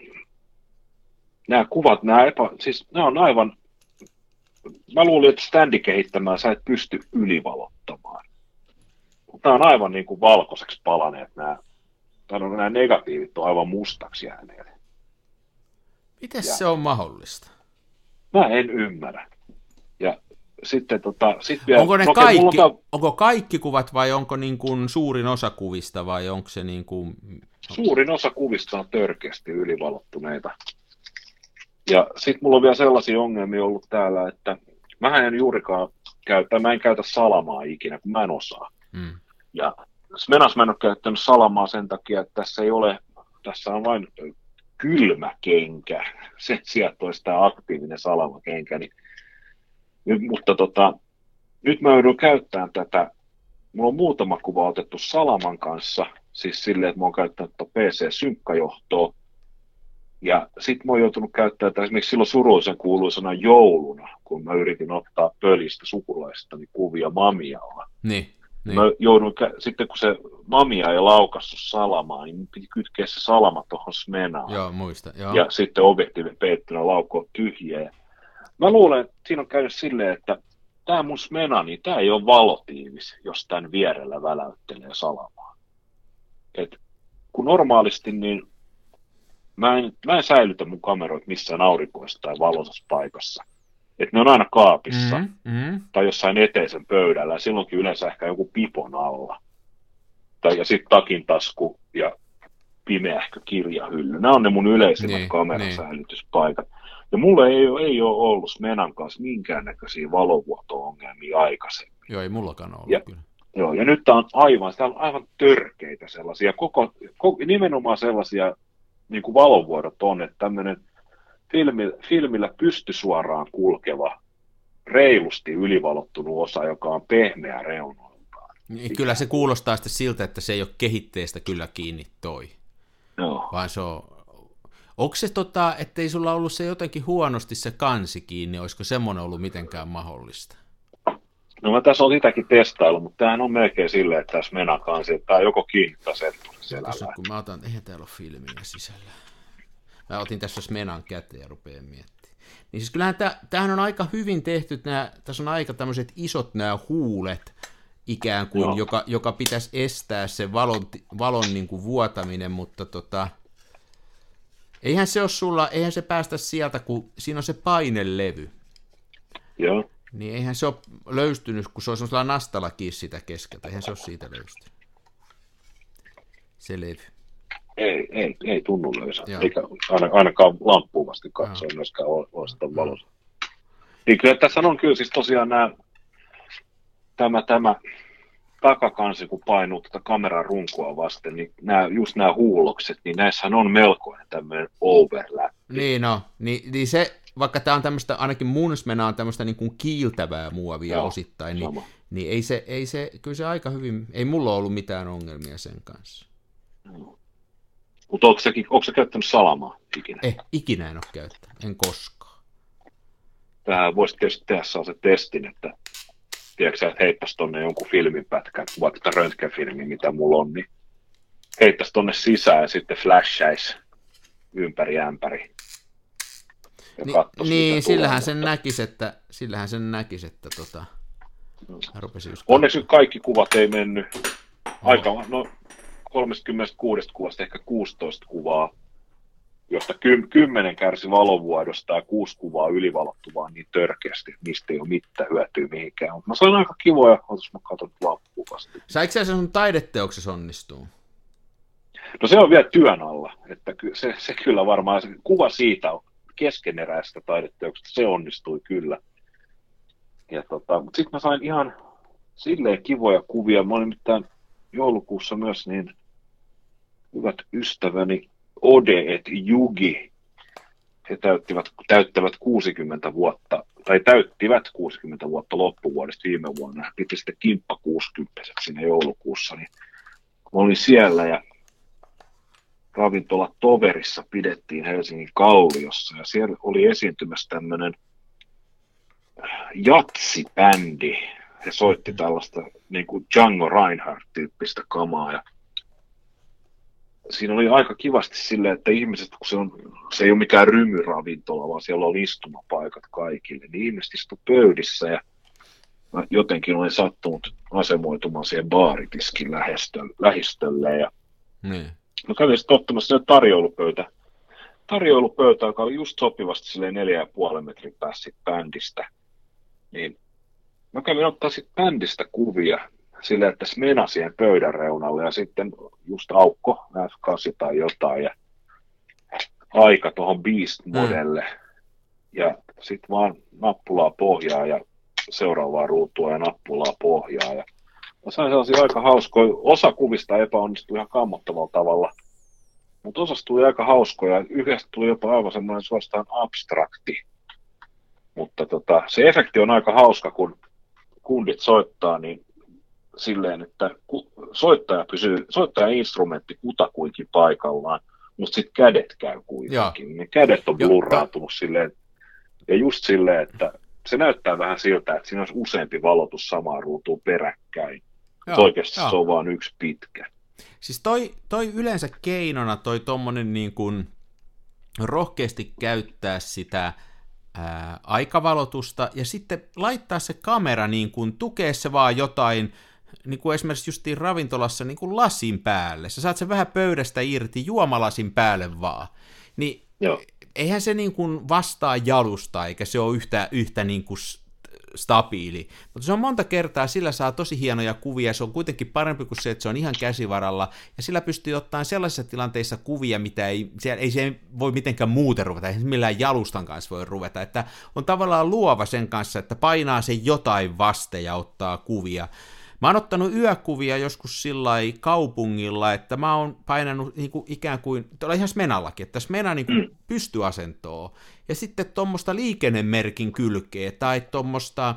nämä kuvat, nämä, epä, siis nämä on aivan, mä luulin, että standi kehittämään sä et pysty ylivalottamaan. Mutta nämä on aivan niin kuin valkoiseksi palaneet nämä, nämä negatiivit on aivan mustaksi jääneet. Miten se on mahdollista? Mä en ymmärrä. Ja sitten tota, sit vielä, onko, ne no, kaikki, on... onko kaikki kuvat vai onko niin kuin suurin osa kuvista vai onko se niin kuin... Suurin osa kuvista on törkeästi ylivalottuneita. Ja sitten mulla on vielä sellaisia ongelmia ollut täällä, että mä en juurikaan käytä, mä en käytä salamaa ikinä, kun mä en osaa. Mm. Ja Smenas mä en ole käyttänyt salamaa sen takia, että tässä ei ole, tässä on vain kylmä kenkä, sen sijaan olisi tämä aktiivinen salamakenkä. Niin, nyt, mutta tota, nyt mä joudun käyttämään tätä, mulla on muutama kuva otettu salaman kanssa, siis silleen, että mä oon käyttänyt P C-synkkajohtoa, ja sit mä oon joutunut käyttämään tätä esimerkiksi silloin surullisen kuuluisena jouluna, kun mä yritin ottaa pölistä sukulaistani kuvia mamialla. Niin. Niin. Mä joudun, sitten kun se mamia ei laukassut salamaa, niin piti kytkeä se salama tuohon Smenaan. Joo, muista. Joo. Ja sitten objektiivin peettynä laukkoa tyhjää. Mä luulen, että siinä on käynyt silleen, että tämä mun Smena, niin tämä ei ole valotiivis, jos tämän vierellä väläyttelee salamaa. Et kun normaalisti, niin mä en, mä en säilytä mun kameroita missään aurinkoissa tai valoisessa paikassa. Että ne on aina kaapissa mm-hmm, mm-hmm. tai jossain eteisen pöydällä, ja silloinkin yleensä ehkä joku pipon alla. Tai, ja sitten takintasku ja pimeähkö kirjahylly. Nämä on ne mun yleisimmät niin, kamerasäilytyspaikat. Niin. Ja mulla ei ole, ei ole ollut Smenan kanssa minkäännäköisiä valovuoto-ongelmia aikaisemmin. Joo, ei mullakaan ollut ja, kyllä. Joo, ja nyt tää on aivan, tää on aivan törkeitä sellaisia, koko, koko, nimenomaan sellaisia niin kuin valovuodot on, että tämmöinen Filmi, filmillä pystysuoraan kulkeva, reilusti ylivalottunut osa, joka on pehmeä reunoiltaan. Niin, kyllä se kuulostaa sitten siltä, että se ei ole kehitteestä kyllä kiinni toi. No. Vaan se on... Onko se tota, ettei sulla ollut se jotenkin huonosti se kansi kiinni, olisiko semmoinen ollut mitenkään mahdollista? No mä tässä olen sitäkin testaillut, mutta tämähän on melkein silleen, että tässä mennään kansi, että tämä joko kiinni tai selällään. Kun mä otan, eihän täällä ole filmiä sisällä. Mä otin tässä Smenan käteen ja rupean miettimään. Niin siis kyllähän tää, tämähän on aika hyvin tehty, nää, tässä on aika tämmöiset isot nämä huulet ikään kuin, joka, joka pitäisi estää se valon, valon niin kuin vuotaminen, mutta tota, eihän se ole sulla, eihän se päästä sieltä, kun siinä on se painelevy. Joo. Niin eihän se ole löystynyt, kun se on semmoisella nastalla kiinni sitä keskeltä, eihän se ole siitä löystynyt. Se levy. Ei, ei, ei tunnu löysää, eikä ainakaan lamppuun vasti katsoa myöskään loistaa valossa. Niin kyllä tässä on kyllä siis tosiaan nämä, tämä, tämä takakansi, kun painuu tätä kameran runkoa vasten, niin nämä, just nämä huullokset, niin näissähän on melkoinen tämmöinen overlap. Niin no, niin, niin se, vaikka tämä on tämmöistä, ainakin mun Smena on tämmöistä niin kuin kiiltävää muovia Joo, osittain, niin, niin ei, se, ei se, kyllä se aika hyvin, ei mulla ollut mitään ongelmia sen kanssa. No. Mutta onko, onko sä käyttänyt salamaa ikinä? Eh, ikinä en ole käyttänyt, en koskaan. Tähän voisi tietysti tehdä sellaisen testin, että tiedätkö että heittäisi tuonne jonkun filminpätkän, vaikka tätä röntgenfilmiä, mitä mulla on, niin heittäisi tuonne sisään ja sitten flashaisi ympäri ämpäri. Ni, niin, sillähän sen näkisi, että, sillähän sen näkisi, että tota, onneksi nyt kaikki kuvat ei mennyt aika, no kolmekymmentäkuusi kuvasta ehkä kuusitoista kuvaa, josta kymmenen kärsi valovuodosta ja kuusi kuvaa ylivalottuvaa niin törkeästi, että niistä ei ole mitään hyötyä mihinkään. Mutta mä sain aika kivoja, jos mä katson lampukuvasti. Saiko se sun taideteoksessa onnistuu? No se on vielä työn alla, että se, se kyllä varmaan, se kuva siitä keskeneräistä taideteoksesta, se onnistui kyllä. Ja tota, mutta sitten mä sain ihan silleen kivoja kuvia. Mä olin mitään joulukuussa myös niin hyvät ystäväni Ode et Jugi. He täyttivät, täyttävät kuusikymmentä vuotta, tai täyttivät kuusikymmentä vuotta loppuvuodesta viime vuonna. He piti sitten kimppa kuusikymmentä siinä joulukuussa. Niin mä olin siellä ja ravintola Toverissa pidettiin Helsingin Kalliossa. Ja siellä oli esiintymässä tämmöinen jatsibändi. He soitti tällaista niin kuin Django Reinhardt-tyyppistä kamaa. Ja siinä oli aika kivasti silleen, että ihmiset, kun se, on, se ei ole mikään rymyravintola, vaan siellä on istumapaikat kaikille, niin ihmiset istu pöydissä ja mä jotenkin olin sattunut asemoitumaan siihen baaritiskin lähistölle ja mm. mä kävin sitten ottamassa sinne tarjoulupöytä, tarjoulupöytä, joka oli just sopivasti silleen neljä ja puolen metrin päässä bändistä, niin mä kävin ottaa sitten bändistä kuvia silleen, että Smena siihen pöydän reunalle ja sitten just aukko, F kahdeksan tai jotain ja aika tuohon Beast-modelle mm. ja sitten vaan nappulaa pohjaa ja seuraavaa ruutua ja nappulaa pohjaa ja mä sain sellaisia aika hauskoja, osa kuvista epäonnistui ihan kammottavalla tavalla, mutta osasta tuli aika hauskoja, yhdestä tuli jopa aivan semmoinen suorastaan abstrakti, mutta tota, se efekti on aika hauska, kun kundit soittaa, niin silleen, että soittaja pysyy, soittajan instrumentti kutakuinkin paikallaan, mutta sitten kädet käy kuitenkin. Ne kädet on blurraantunut silleen, ja just silleen, että se näyttää vähän siltä, että siinä olisi useampi valotus samaan ruutuun peräkkäin. Joo, oikeasti joo. Se on vaan yksi pitkä. Siis toi, toi yleensä keinona, toi tommonen niin kuin rohkeasti käyttää sitä ää, aikavalotusta, ja sitten laittaa se kamera niin kuin, tukee se vaan jotain, niin kuin esimerkiksi justiin ravintolassa niin kuin lasin päälle. Sä saat sen vähän pöydästä irti, juomalasin päälle vaan. Niin joo. Eihän se niin kuin vastaa jalusta, eikä se ole yhtä, yhtä niin kuin stabiili. Mutta se on monta kertaa, sillä saa tosi hienoja kuvia, se on kuitenkin parempi kuin se, että se on ihan käsivaralla, ja sillä pystyy ottamaan sellaisissa tilanteissa kuvia, mitä ei, ei se voi mitenkään muuten ruveta, ei millään jalustan kanssa voi ruveta, että on tavallaan luova sen kanssa, että painaa sen jotain vasten ja ottaa kuvia. Mä oon ottanut yökuvia joskus sillai kaupungilla, että mä oon painanut niin kuin ikään kuin, tuolla ihan Smenallakin, että Smena niin kuin pystyasentoa, ja sitten tuommoista liikennemerkin kylkeä, tai tuommoista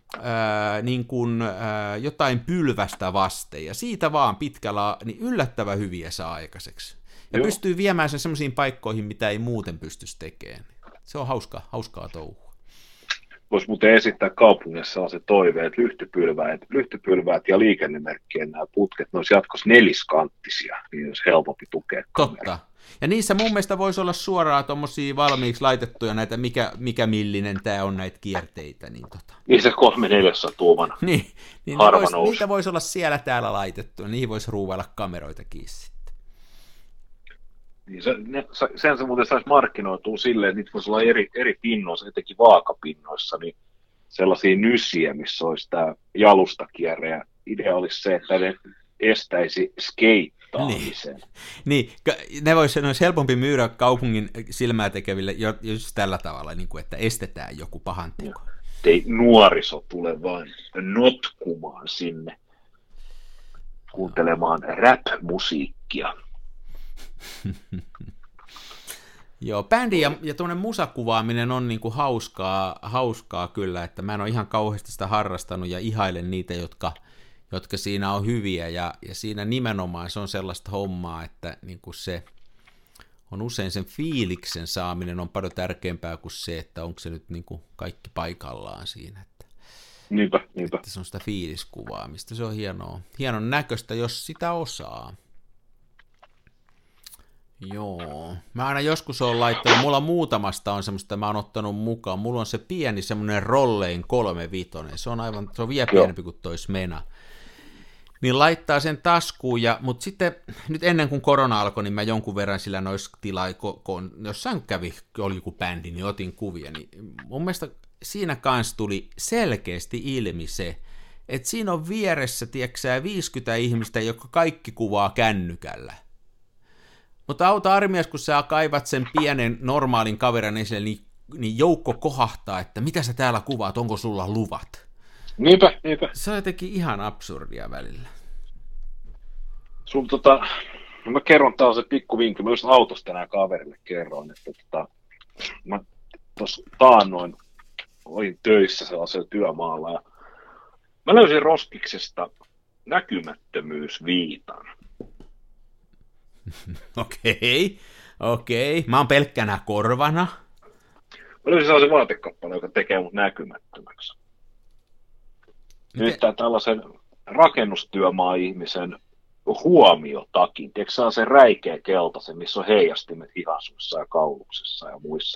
niin kuin, ää, jotain pylvästä vasten, ja siitä vaan pitkällä, niin yllättävän hyviä saa aikaiseksi. Ja Joo. pystyy viemään sen semmoisiin paikkoihin, mitä ei muuten pystyisi tekemään. Se on hauska, hauskaa touhua. Voisi muuten esittää kaupungissa sellaisen toiveen, että lyhtypylväät, lyhtypylväät ja liikennemerkkien nämä putket, ne olisi jatkossa neliskanttisia, niin olisi helpompi tukea kameraa. Totta. Ja niissä mun mielestä voisi olla suoraan tuommoisia valmiiksi laitettuja näitä, mikä, mikä millinen tämä on näitä kierteitä. Niin, tota. niin se kolme neljässä tuuman niin, niin harva vois, nousi. Niitä voisi olla siellä täällä laitettu, niihin voisi ruuvailla kameroitakin sitten. Niin se, ne, sen se muuten saisi markkinoitua silleen, että niitä voisi olla eri, eri pinnoissa, etenkin vaakapinnoissa, niin sellaisia nysiä, missä olisi tämä jalustakierre, ja idea olisi se, että ne estäisi skeittaamisen. Niin, niin ne voisi olisi helpompi myydä kaupungin silmää tekeville just tällä tavalla, niin kuin, että estetään joku pahan teko. Ei nuoriso tule vain notkumaan sinne kuuntelemaan rap-musiikkia. Joo, bändi ja, ja tuommoinen musakuvaaminen on niinku hauskaa, hauskaa kyllä, että mä en ole ihan kauheasti sitä harrastanut ja ihailen niitä, jotka, jotka siinä on hyviä, ja, ja siinä nimenomaan se on sellaista hommaa, että niinku se on usein sen fiiliksen saaminen on paljon tärkeämpää kuin se, että onko se nyt niinku kaikki paikallaan siinä. Että, niinpä, niinpä. Että se on sitä fiiliskuvaamista, se on hienoa, hienon näköistä, jos sitä osaa. Joo, mä aina joskus oon laittanut, mulla muutamasta on semmoista, mä oon ottanut mukaan, mulla on se pieni semmoinen Rollein kolme vitonen, se on aivan, se on vielä pienempi kuin toi Smena, niin laittaa sen taskuun, ja, mutta sitten nyt ennen kuin korona alkoi, niin mä jonkun verran sillä noissa tilaa, kun jossain kävi, oli joku bändi, niin otin kuvia, niin mun mielestä siinä kanssa tuli selkeästi ilmi se, että siinä on vieressä, tiedätkö, viisikymmentä ihmistä, jotka kaikki kuvaa kännykällä. Mutta auta armias, kun sä kaivat sen pienen normaalin kaverin esille, niin, niin joukko kohahtaa, että mitä sä täällä kuvaat, onko sulla luvat? Niinpä, niinpä. Se on jotenkin ihan absurdia välillä. Sun tota, no mä kerron taas se pikku vinkki, mä just autosta tänään kaverille kerroin, että tota, mä tuossa taannoin olin töissä sellaisella työmaalla ja mä löysin Roskiksesta näkymättömyysviitan. Okei, okei. Mä oon pelkkänä korvana. Mä löysin sellaisen vaatekappaleen, joka tekee mut näkymättömäksi. Nyt tää tällaisen rakennustyömaa-ihmisen huomiotakin. Tiedätkö saa sen räikeä keltaisen, missä on heijastimet hihasuissa ja kauluksessa ja muissa.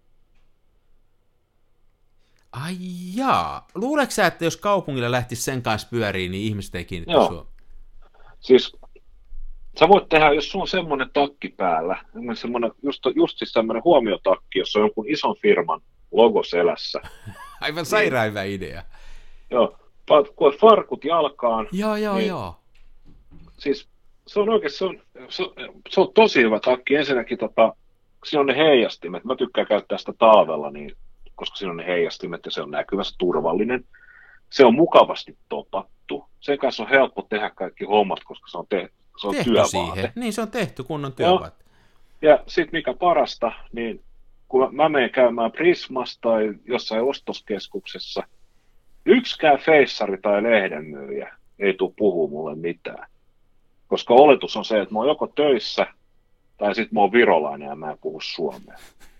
Ai jaa. Luuleeko sä, että jos kaupungilla lähtisi sen kanssa pyöriin, niin ihmiset ei kiinnittäisi sua? Siis sä voit tehdä, jos sulla on semmoinen takki päällä, semmoinen, just, just siis semmoinen huomiotakki, jossa on jonkun ison firman logo selässä. Aivan sairaan hyvä idea. Joo, kun farkut jalkaan. Joo, joo, niin, joo. Siis se on oikein, se on, se, se on tosi hyvä takki. Ensinnäkin tota, siinä on ne heijastimet. Mä tykkään käyttää sitä taavella, niin, koska siinä on ne heijastimet ja se on näkyvästi turvallinen. Se on mukavasti topattu. Sen kanssa on helppo tehdä kaikki hommat, koska se on, te, se on tehty työvaate. Siihen. Niin se on tehty kunnon työvaate. Ja, ja sitten mikä parasta, niin kun mä menen käymään Prismassa tai jossain ostoskeskuksessa, yksikään feissari tai lehdenmyyjä ei tule puhua mulle mitään. Koska oletus on se, että mä oon joko töissä tai sitten mä oon virolainen ja mä en puhu suomea.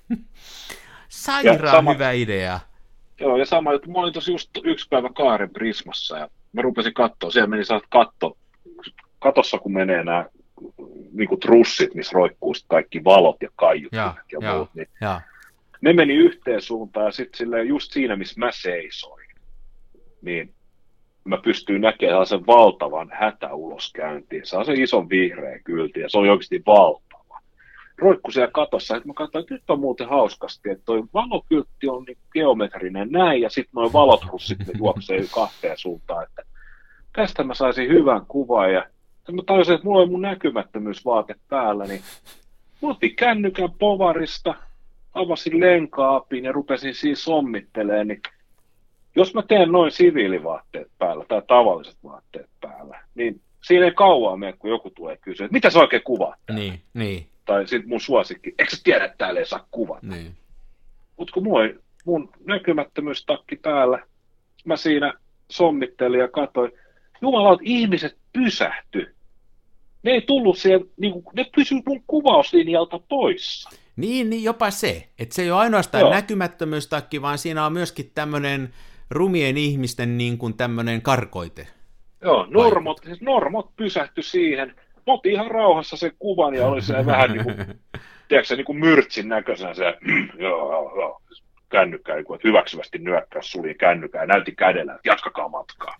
Sairaan sama, hyvä idea. Joo, ja sama juttu. Mä olin tossa just yksi päivä Kaaren Prismassa ja mä rupesin katsoa. Siellä meni saat katto. Katossa kun menee nämä niinku trussit, missä roikkuu kaikki valot ja kaiut ja, ja, ja muut. Niin ja. Ne meni yhteen suuntaan ja sitten just siinä, missä mä seisoin, niin mä pystyin näkemään sen valtavan hätäuloskäyntiin. Se on se ison vihreä kylti ja se oli oikeasti valtava. Roikku siellä katossa, että mä katsoin, että nyt on muuten hauskasti, että toi valokyltti on niin geometrinen näin ja sitten nuo valotrussit ne juoksee kahteen suuntaan, että tästä mä saisin hyvän kuvan ja mä tajusin, että mulla oli mun näkymättömyysvaate päällä, niin mä otin kännykän povarista, avasin lenkaapin ja rupesin siinä sommittelemaan, niin jos mä teen noin siviilivaatteet päällä tai tavalliset vaatteet päällä, niin siinä ei kauan mene, kun joku tulee kysyä, että mitä sä oikein kuvaat täällä? Niin, niin. Tai sitten mun suosikki, eikö sä tiedä, että täällä ei saa kuvata? Niin. Mutta kun mulla mun näkymättömyystakki päällä, mä siinä sommittelin ja katsoin, jumalauta, ihmiset pysähty. Ne ei tullut siihen, niin kuin, ne pysyivät mun kuvauslinjalta poissa. Niin, niin jopa se, että se ei ole ainoastaan Joo. näkymättömyystakki, vaan siinä on myöskin tämmöinen rumien ihmisten niin kuin tämmöinen karkoite. Joo, normot, siis normot pysähtyi siihen. Mä otin ihan rauhassa sen kuvan ja oli se vähän niin kuin, tiedätkö se, niin kuin myrtsin näköisenä se, joo, joo, joo, kännykkä, että hyväksyvästi nyökkäys suli kännykkä ja näytti kädellä, että jatkakaa matkaa.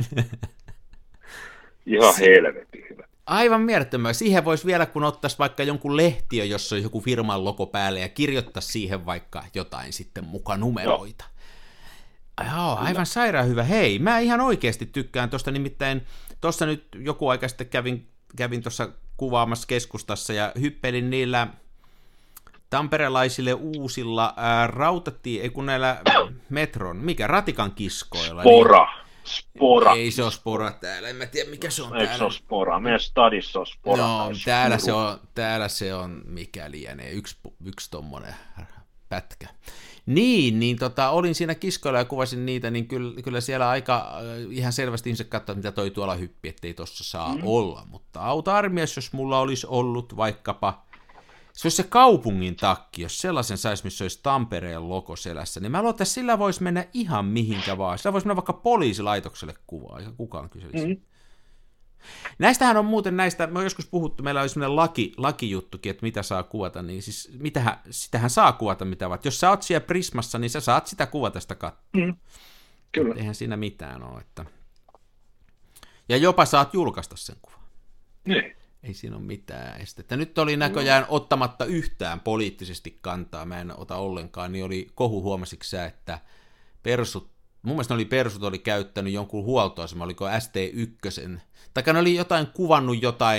Ihan helvetin hyvä. Aivan mielettömää. Siihen voisi vielä, kun ottaisi vaikka jonkun lehtiö, jossa on joku firman logo päälle ja kirjoittaisi siihen vaikka jotain sitten muka numeroita. Joo, Joo aivan sairaan hyvä. Hei, mä ihan oikeasti tykkään tuosta, nimittäin tuossa nyt joku aika sitten kävin, kävin tuossa kuvaamassa keskustassa ja hyppelin niillä tamperelaisille uusilla ää, rautatie, ei kun näillä metron, mikä, ratikan kiskoilla. Spora. Niin, Spora. Ei se ole Spora täällä, en mä tiedä mikä se on Eikö täällä. se ole Spora? Meidän stadissa on Spora. No, täällä se on, täällä se on mikä lienee, yksi, yksi tommonen pätkä. Niin, niin tota, olin siinä kiskoilla ja kuvasin niitä, niin kyllä, kyllä siellä aika äh, ihan selvästi ihmiset katsoivat, mitä toi tuolla hyppi, ettei tossa saa mm. olla. Mutta auta armias, jos mulla olisi ollut vaikkapa, se olisi se kaupungin takki, jos sellaisen saisi, missä olisi Tampereen logo selässä, niin mä luulen, että sillä voisi mennä ihan mihinkä vaan. Sillä voisi mennä vaikka poliisilaitokselle kuvaa, eikä kukaan kyselisi. Mm. Näistähän on muuten näistä, me on joskus puhuttu, meillä oli sellainen laki, lakijuttukin, että mitä saa kuvata, niin siis mitähän, sitähän saa kuvata mitä vaan. Jos sä oot siellä Prismassa, niin sä saat sitä kuvata sitä katsoa. Mm. Kyllä. Eihän siinä mitään ole. Että... Ja jopa saat julkaista sen kuvan. Niin. Ei siinä ole mitään estettä. Nyt oli näköjään ottamatta yhtään poliittisesti kantaa, mä en ota ollenkaan, niin oli kohu, huomasitko sä, että persut, mun mielestä oli persut oli käyttänyt jonkun huoltoasema, oliko S T yksi, tai ne oli jotain kuvannut jotain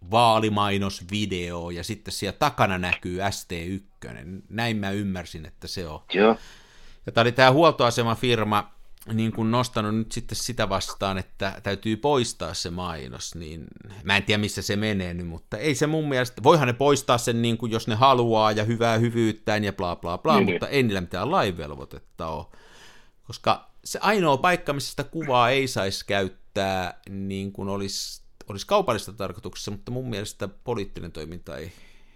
vaalimainosvideo, ja sitten siellä takana näkyy S T yksi. Näin mä ymmärsin, että se on. Joo. Ja tämä oli tämä huoltoasemafirma niin kun nostanut nyt sitten sitä vastaan, että täytyy poistaa se mainos, niin mä en tiedä missä se menee nyt, mutta ei se mun mielestä, voihan ne poistaa sen niin kuin jos ne haluaa ja hyvää hyvyyttään ja bla bla bla, niin, mutta niin. Ei niillä mitään lainvelvoitetta ole, koska se ainoa paikka, missä sitä kuvaa ei saisi käyttää niin kuin olisi, olisi kaupallista tarkoituksessa, mutta mun mielestä poliittinen toiminta ei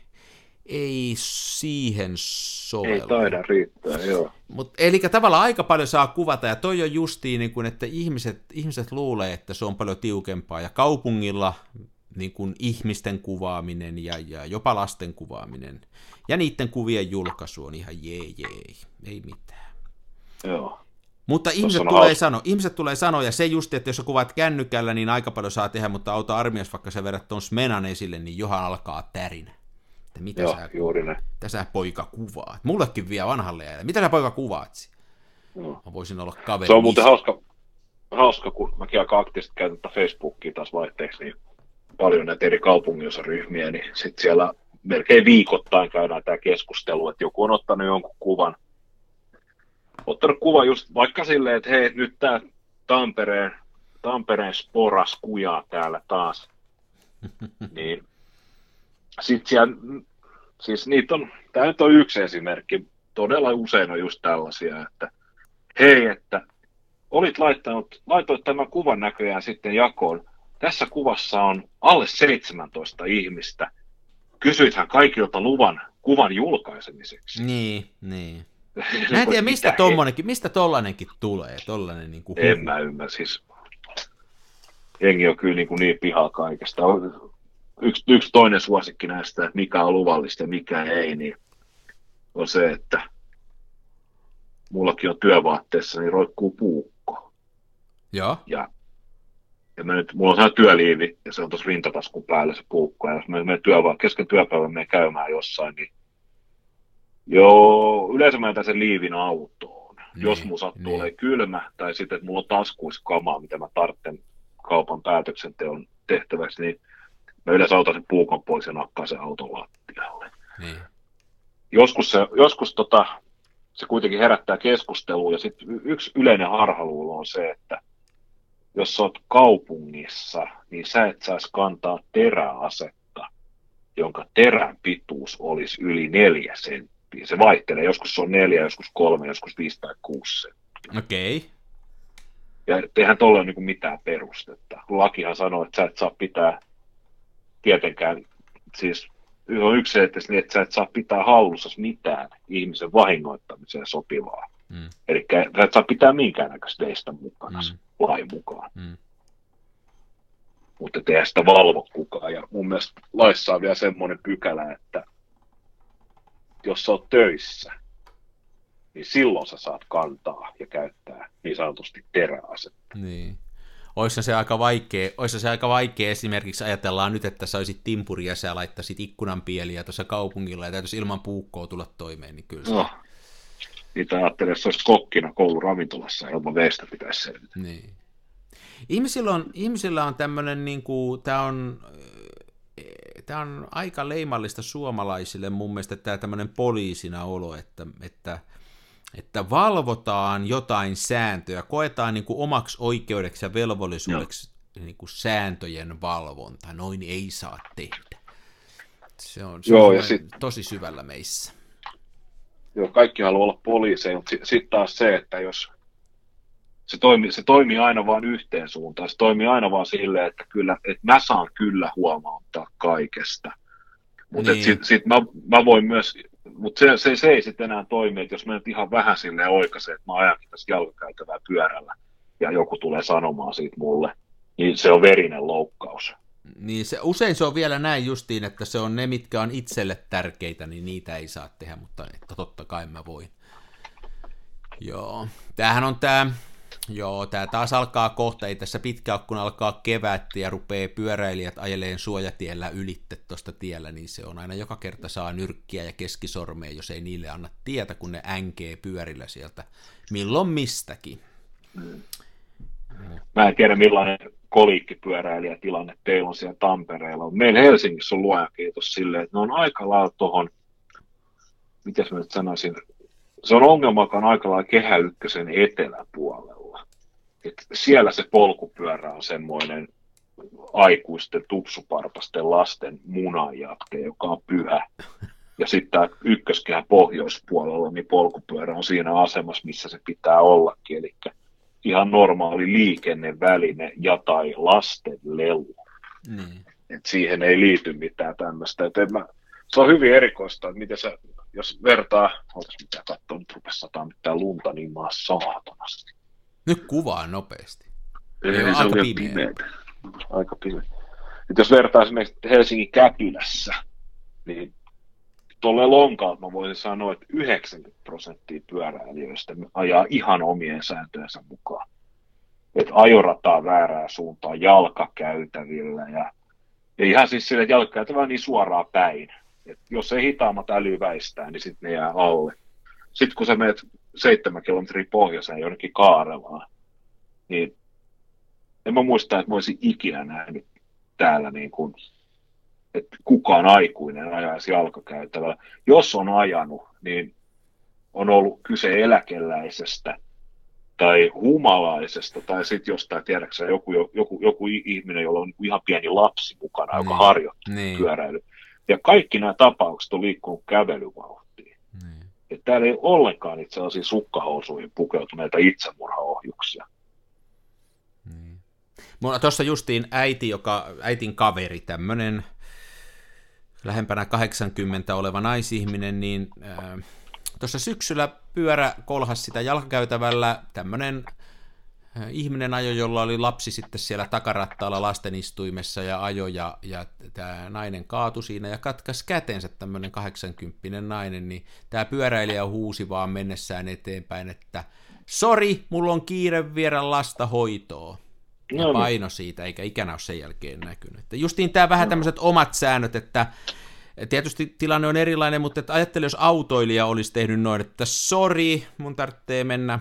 ei siihen sovellu. Ei taida riittää, joo. Mut, eli tavallaan aika paljon saa kuvata, ja toi on justiin, niin kun, että ihmiset, ihmiset luulee, että se on paljon tiukempaa, ja kaupungilla niin kun ihmisten kuvaaminen ja, ja jopa lasten kuvaaminen, ja niiden kuvien julkaisu on ihan jee jee, ei mitään. Joo. Mutta ihmiset tulee, sano, ihmiset tulee sanoa, ja se just, että jos sä kuvaat kännykällä, niin aika paljon saa tehdä, mutta auta armias, vaikka sä vedät tuon Smenan esille, niin johan alkaa tärinä. Mitä, Joo, sä, juuri näin. mitä sä poika kuvaat? Mullekin vielä vanhalle jäljellä. Mitä sä poika kuvaat? Joo. Mä voisin olla kaveri. Se on muuten hauska, hauska, kun mäkin aika aktiivisesti käytän tätä Facebookia taas vaihteeksi, niin paljon näitä eri kaupunginosaryhmiä, niin sitten siellä melkein viikoittain käydään tämä keskustelu, että joku on ottanut jonkun kuvan, ottanut kuvan just vaikka silleen, että hei, nyt tämä Tampereen, Tampereen sporas kujaa täällä taas, niin sitten siellä, siis niitä on, tämä nyt on yksi esimerkki, todella usein on just tällaisia, että hei, että olit laittanut, laitoit tämän kuvan näköjään sitten jakoon, tässä kuvassa on alle seitsemäntoista ihmistä, kysyithän kaikilta luvan kuvan julkaisemiseksi. Niin, niin. Mä en tiedä, mistä tommonenkin, mistä tollainenkin tulee, tollainen niin kuin en mä ymmärrä, siis jengi on kyllä niin, kuin niin pihaa kaikesta. Yksi, yksi toinen suosikki näistä, että mikä on luvallista ja mikä ei, niin on se, että mullakin on työvaatteessa, niin roikkuu puukko. Joo. Ja, ja mä nyt, mulla on sellainen työliivi, ja se on tuossa rintataskun päällä se puukko, ja jos mä menen työva- kesken työpäivän menen käymään jossain, niin joo, yleensä mä jätän sen liivin autoon. Niin, jos mulla sattuu niin. olemaan kylmä, tai sitten, että mulla on taskuissa kamaa, mitä mä tarvitsen kaupan päätöksenteon tehtäväksi, niin mä yleensä otan sen puukon pois ja nakkaan sen auton lattialle. Niin. Joskus, se, joskus tota, se kuitenkin herättää keskustelua, ja sitten yksi yleinen harhaluulo on se, että jos sä oot kaupungissa, niin sä et saisi kantaa teräasetta, jonka terän pituus olisi yli neljä senttiä. Se vaihtelee, joskus se on neljä, joskus kolme, joskus viisi tai kuusi senttiä. Okei. Okay. Ja eihän tuolla ole niin mitään perustetta. Lakihan sanoo, että sä et saa pitää tietenkään, siis on yksi että sä et saa pitää hallussa mitään ihmisen vahingoittamiseen sopivaa. Mm. Eli sä et saa pitää minkäännäköistä teistä mukana mm. lain mukaan. Mm. Mutta tehdään sitä valvo kukaan. Ja mun mielestä laissa on vielä semmoinen pykälä, että jos sä oot töissä, niin silloin sä saat kantaa ja käyttää niin sanotusti teräasetta. Niin. Oissa se aika vaikea, oissa se aika vaikea esimerkiksi ajatellaan nyt, että sä olisit timpuri ja sä laittaisit ikkunan pieliä tuossa kaupungilla ja täytyisi ilman puukkoa tulla toimeen, niin kyllä se... No, niitä ajattelee, että se olisi kokkina kouluravintolassa, ilman veistä pitäisi selvitä. Niin. Ihmisillä on, ihmisillä on tämmöinen, niin kuin, tämä on, tämä on aika leimallista suomalaisille mun mielestä tämä tämmöinen poliisina olo, että, että että valvotaan jotain sääntöjä, koetaan niin kuin omaksi oikeudeksi ja velvollisuudeksi niin kuin sääntöjen valvonta. Noin ei saa tehdä. Se on, se Joo, on ja sit, tosi syvällä meissä. Joo, kaikki haluaa olla poliiseja, mutta sitten sit taas se, että jos se toimii, se toimii aina vain yhteen suuntaan, se toimii aina vaan silleen, että, kyllä, että mä saan kyllä huomauttaa kaikesta. Mutta niin. sitten sit mä, mä voin myös... Mutta se, se, se ei sitten enää toimi, että jos mä nyt ihan vähän silleen oikaisen, että mä ajankin tässä jalkakäytävää pyörällä ja joku tulee sanomaan siitä mulle, niin se on verinen loukkaus. Niin se, usein se on vielä näin justiin, että se on ne, mitkä on itselle tärkeitä, niin niitä ei saa tehdä, mutta että totta kai mä voin. Joo, tämähän on tämä... Joo, tämä taas alkaa kohta, ei tässä pitkä kun alkaa kevät ja rupeaa pyöräilijät ajeleen suojatiellä ylitte tuosta tiellä, niin se on aina joka kerta saa nyrkkiä ja keskisormea, jos ei niille anna tietä, kun ne änkee pyörillä sieltä milloin mistäkin. Mm. Mä en tiedä millainen koliikkipyöräilijätilanne teillä on siellä Tampereella. Meillä Helsingissä on luojan kiitos silleen, että ne on aika lailla tuohon, mitäs mä nyt sanoisin, se on ongelma, joka on aika lailla Kehä Ykkösen eteläpuolella. Et siellä se polkupyörä on semmoinen aikuisten tupsupartasten lasten munajatke, joka on pyhä. Ja sitten tämä ykköskehä pohjoispuolella, niin polkupyörä on siinä asemassa, missä se pitää ollakin. Eli ihan normaali liikenneväline ja tai lasten lelu. Niin. Et siihen ei liity mitään tämmöistä. Se on hyvin erikoista, että miten sä, jos vertaa, ootas mitä katsoa, nyt rupesi sataa mitään lunta, niin maa saatanasti. Nyt kuvaa nopeasti. Ei, Ei, se aika on pimeä. pimeä. Aika pimeä. Et jos vertaa esimerkiksi Helsingin Käpylässä, niin tuolle lonkalta mä voisin sanoa, että yhdeksänkymmentä prosenttia pyöräilijöistä ajaa ihan omien sääntöjensä mukaan. Että ajorataa väärään suuntaan jalkakäytävillä ja, ja ihan siis sille, että jalkakäytävä on niin suoraan päin. Et jos ei hitaammat äly väistää, niin sitten ne jää alle. Sitten kun sä menet seitsemän kilometriä pohjoiseen jonnekin Kaarelaan, niin en mä muista, että mä olisin ikinä nähnyt täällä niin kuin, että kukaan aikuinen ajaisi jalkakäytävällä. Jos on ajanut, niin on ollut kyse eläkeläisestä tai humalaisesta, tai sitten jostain, tiedäksä, joku, joku, joku ihminen, jolla on ihan pieni lapsi mukana, niin, joka harjoittaa niin. pyöräilyä. Ja kaikki nämä tapaukset on liikkunut kävelyvauhtiin. Niin. Ja täällä ei ollenkaan itse asiassa sukkahousuihin pukeutuneita itsemurhaohjuksia. Niin. Mulla tuossa justiin äiti, joka, äitin kaveri, tämmöinen lähempänä kahdeksankymmentä oleva naisihminen, niin äh, tuossa syksyllä pyörä kolhasi sitä jalkakäytävällä, tämmöinen äh, ihminen ajo, jolla oli lapsi sitten siellä takarattaalla lastenistuimessa ja ajo, ja, ja tämä nainen kaatui siinä ja katkaisi kätensä, tämmöinen kahdeksankymppinen nainen, niin tämä pyöräilijä huusi vaan mennessään eteenpäin, että sori, mulla on kiire viedä lasta hoitoon. Ja paino siitä, eikä ikänä ole sen jälkeen näkynyt. Että justiin tämä vähän tämmöiset omat säännöt, että tietysti tilanne on erilainen, mutta että ajattele, jos autoilija olisi tehnyt noin, että sori, mun tarvitsee mennä,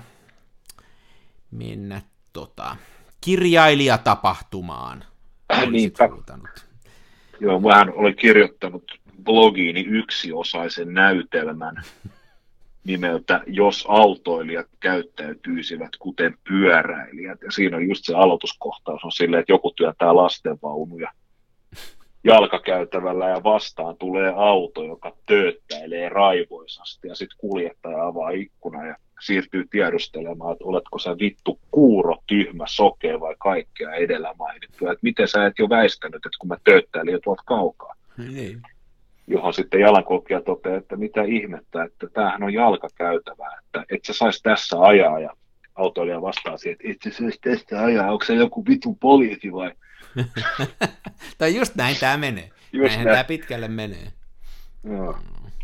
mennä tota, kirjailijatapahtumaan. Niinpä. Joo, mähän olin kirjoittanut blogiini yksiosaisen näytelmän nimeltä Jos autoilijat käyttäytyisivät kuten pyöräilijät. Ja siinä on just se aloituskohtaus on silleen, että joku työntää lastenvaunuja jalkakäytävällä ja vastaan tulee auto, joka tööttäilee raivoisasti ja sitten kuljettaja avaa ikkuna ja siirtyy tiedustelemaan, että oletko sä vittu kuuro, tyhmä, sokea vai kaikkea edellä mainittua. Että miten sä et jo väistänyt, että kun mä tööttäilin jo tuolta kaukaa. Niin. Johon sitten jalankulkija toteaa, että mitä ihmettä, että tämähän on jalkakäytävää, että et sä saisi tässä ajaa, ja autoilija vastaa siihen, että et sä saisi tästä ajaa, onko se joku vitun poliisi vai? Tai just näin tämä menee, just näinhän näin. Tämä pitkälle menee. Joo,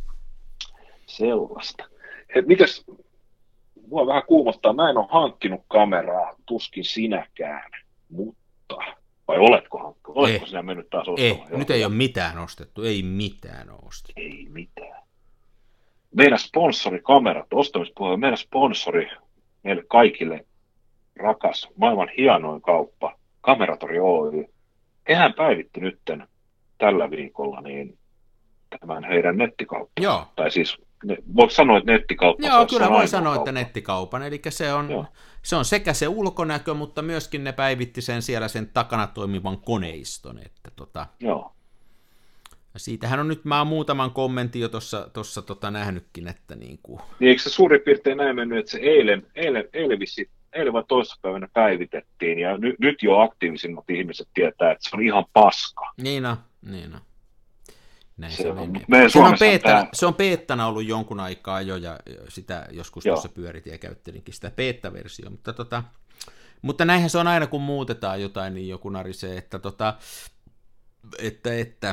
sellaista. Hei, mitäs, mua vähän kuumottaa, mä en ole hankkinut kameraa, tuskin sinäkään, mutta... Vai oletko hankkinut? Oletko sinä mennyt taas ostamaan? Ei, nyt ei ole mitään ostettu, ei mitään ole ostettu. Ei mitään. Meidän sponsori kamerat, ostamispuolella, meidän sponsori meille kaikille rakas, maailman hienoin kauppa, Kameratori Oy. Hehän päivitti nytten tällä viikolla niin tämän heidän nettikauppansa. Joo. Tai siis, ne, voiko sanoa, että nettikauppa? Joo, kyllä voi sanoa, kauppa. että nettikaupan. Eli se on, se on sekä se ulkonäkö, mutta myöskin ne päivitti sen siellä sen takana toimivan koneiston. Että tota, Joo. Siitähän on nyt, mä oon muutaman kommentin jo tuossa tossa, tota, nähnytkin, että niin kuin... Niin eikö se suurin piirtein näin mennyt, että se eilen, eilen, eilen, vissi, eilen vai toissapäivänä päivitettiin, ja ny, nyt jo aktiivisimmat ihmiset tietää, että se on ihan paska. Niin on, niin on. Näin se, se, on, se, on peettana, tämä... se on peettana ollut jonkun aikaa jo, ja sitä joskus Joo. tuossa pyöritin ja käyttelinkin sitä peettaversiota, mutta, tota, mutta näinhän se on aina, kun muutetaan jotain, niin joku narisee, että, tota, että, että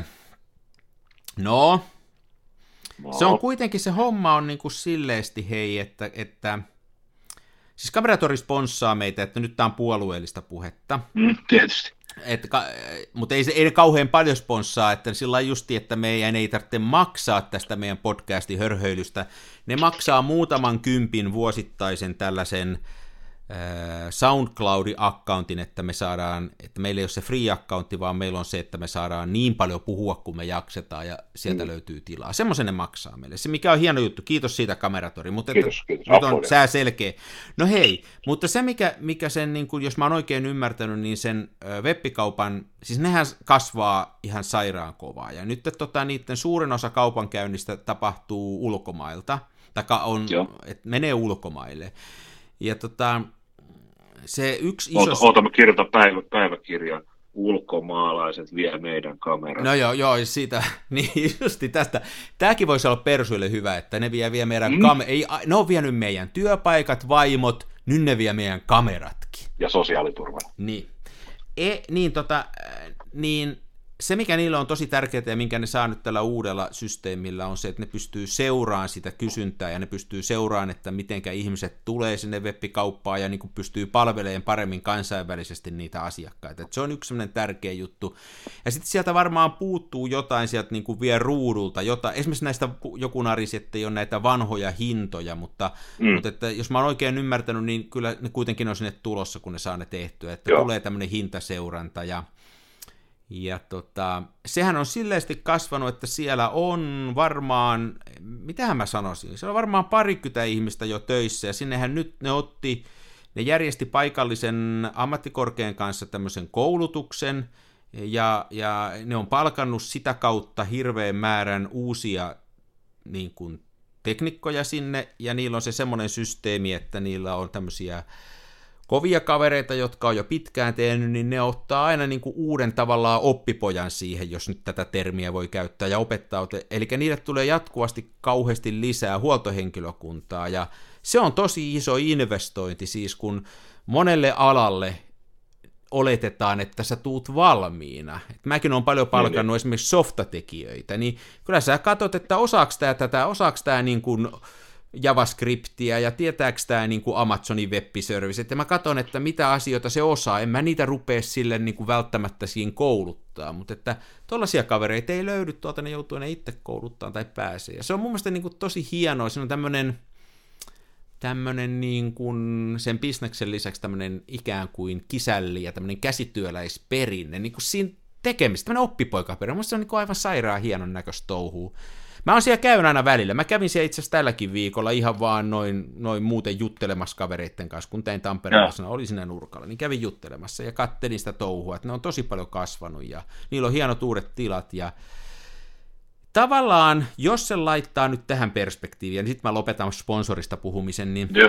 no, no, se on kuitenkin, se homma on niin kuin silleesti, hei, että, että siis Kameratori sponssaa meitä, että nyt tämä on puolueellista puhetta. Mm, tietysti. Että, mutta ei, ei ne kauhean paljon sponssaa, että sillä justi, että meidän ei tarvitse maksaa tästä meidän podcastin hörhöilystä. Ne maksaa muutaman kympin vuosittaisen tällaisen SoundCloud-accountin, että me saadaan, että meillä ei ole se free-accountti, vaan meillä on se, että me saadaan niin paljon puhua, kuin me jaksetaan, ja sieltä mm. löytyy tilaa. Semmoisen ne maksaa meille. Se, mikä on hieno juttu, kiitos siitä Kameratori, mutta kiitos, että, kiitos. nyt on sää selkeä. No hei, mutta se, mikä, mikä sen, niin kun, jos mä oon oikein ymmärtänyt, niin sen webbikaupan, siis nehän kasvaa ihan sairaan kovaa, ja nyt tota, niiden suurin osa kaupankäynnistä tapahtuu ulkomailta, tai on, että menee ulkomaille. Ja tota, se yksi iso... Oota, oota mä kirjoitan päivä, päiväkirjan. Ulkomaalaiset vie meidän kamerat. No joo, joo, siitä, niin justi tästä. Tämäkin voisi olla persuille hyvä, että ne vie, vie meidän mm. kamerat. Ei, ne on vienyt meidän työpaikat, vaimot, nyt ne vie meidän kameratkin. Ja sosiaaliturvan. Niin. E, niin, tota, niin se, mikä niillä on tosi tärkeää ja minkä ne saa nyt tällä uudella systeemillä, on se, että ne pystyy seuraamaan sitä kysyntää ja ne pystyy seuraamaan, että mitenkä ihmiset tulee sinne webbikauppaan ja niin kuin pystyy palvelemaan paremmin kansainvälisesti niitä asiakkaita. Et se on yksi sellainen tärkeä juttu. Ja sitten sieltä varmaan puuttuu jotain sieltä niin kuin vielä ruudulta. Jotain. Esimerkiksi näistä joku narisi, että ei ole näitä vanhoja hintoja, mutta, mm. mutta että jos mä oon oikein ymmärtänyt, niin kyllä ne kuitenkin on sinne tulossa, kun ne saa ne tehtyä. Että Joo. tulee tämmöinen hintaseuranta ja Ja tota, sehän on silleesti kasvanut, että siellä on varmaan, mitähän mä sanoisin, siellä on varmaan parikymmentä ihmistä jo töissä, ja sinnehän nyt ne otti, ne järjesti paikallisen ammattikorkean kanssa tämmöisen koulutuksen, ja, ja ne on palkannut sitä kautta hirveän määrän uusia niin kuin, teknikkoja sinne, ja niillä on se semmoinen systeemi, että niillä on tämmöisiä kovia kavereita, jotka on jo pitkään tehnyt, niin ne ottaa aina niin kuin uuden tavallaan oppipojan siihen, jos nyt tätä termiä voi käyttää, ja opettaa. Eli niille tulee jatkuvasti kauheasti lisää huoltohenkilökuntaa, ja se on tosi iso investointi, siis kun monelle alalle oletetaan, että sä tuut valmiina. Et mäkin olen paljon palkannut mm. esimerkiksi softatekijöitä, niin kyllä sä katsot, että osaako tämä tätä, osaako tämä niin kuin JavaScriptia ja tietääkö tämä niin kuin Amazonin web-service, ja mä katson, että mitä asioita se osaa, en mä niitä rupea sille niin kuin välttämättä siinä kouluttaa, mutta että tollaisia kavereita ei löydy tuolta, ne joutuu ne itse kouluttaa tai pääsee, ja se on mun mielestä niin kuin tosi hienoa, se on tämmöinen tämmöinen niin kuin sen bisneksen lisäksi tämmöinen ikään kuin kisälli ja tämmöinen käsityöläisperinne, niin kuin siinä tekemistä, tämmöinen oppipoikaperinne, mun mielestä se on niin kuin aivan sairaan hienon näköistä touhua. Mä oon siellä käyn aina välillä. Mä kävin siellä itse asiassa tälläkin viikolla ihan vaan noin, noin muuten juttelemassa kavereitten kanssa, kun tein Tampereella, oli siinä nurkalla, niin kävin juttelemassa ja kattelin sitä touhua, että ne on tosi paljon kasvanut ja niillä on hienot uudet tilat ja tavallaan, jos se laittaa nyt tähän perspektiiviin, niin sitten mä lopetan sponsorista puhumisen, niin yeah.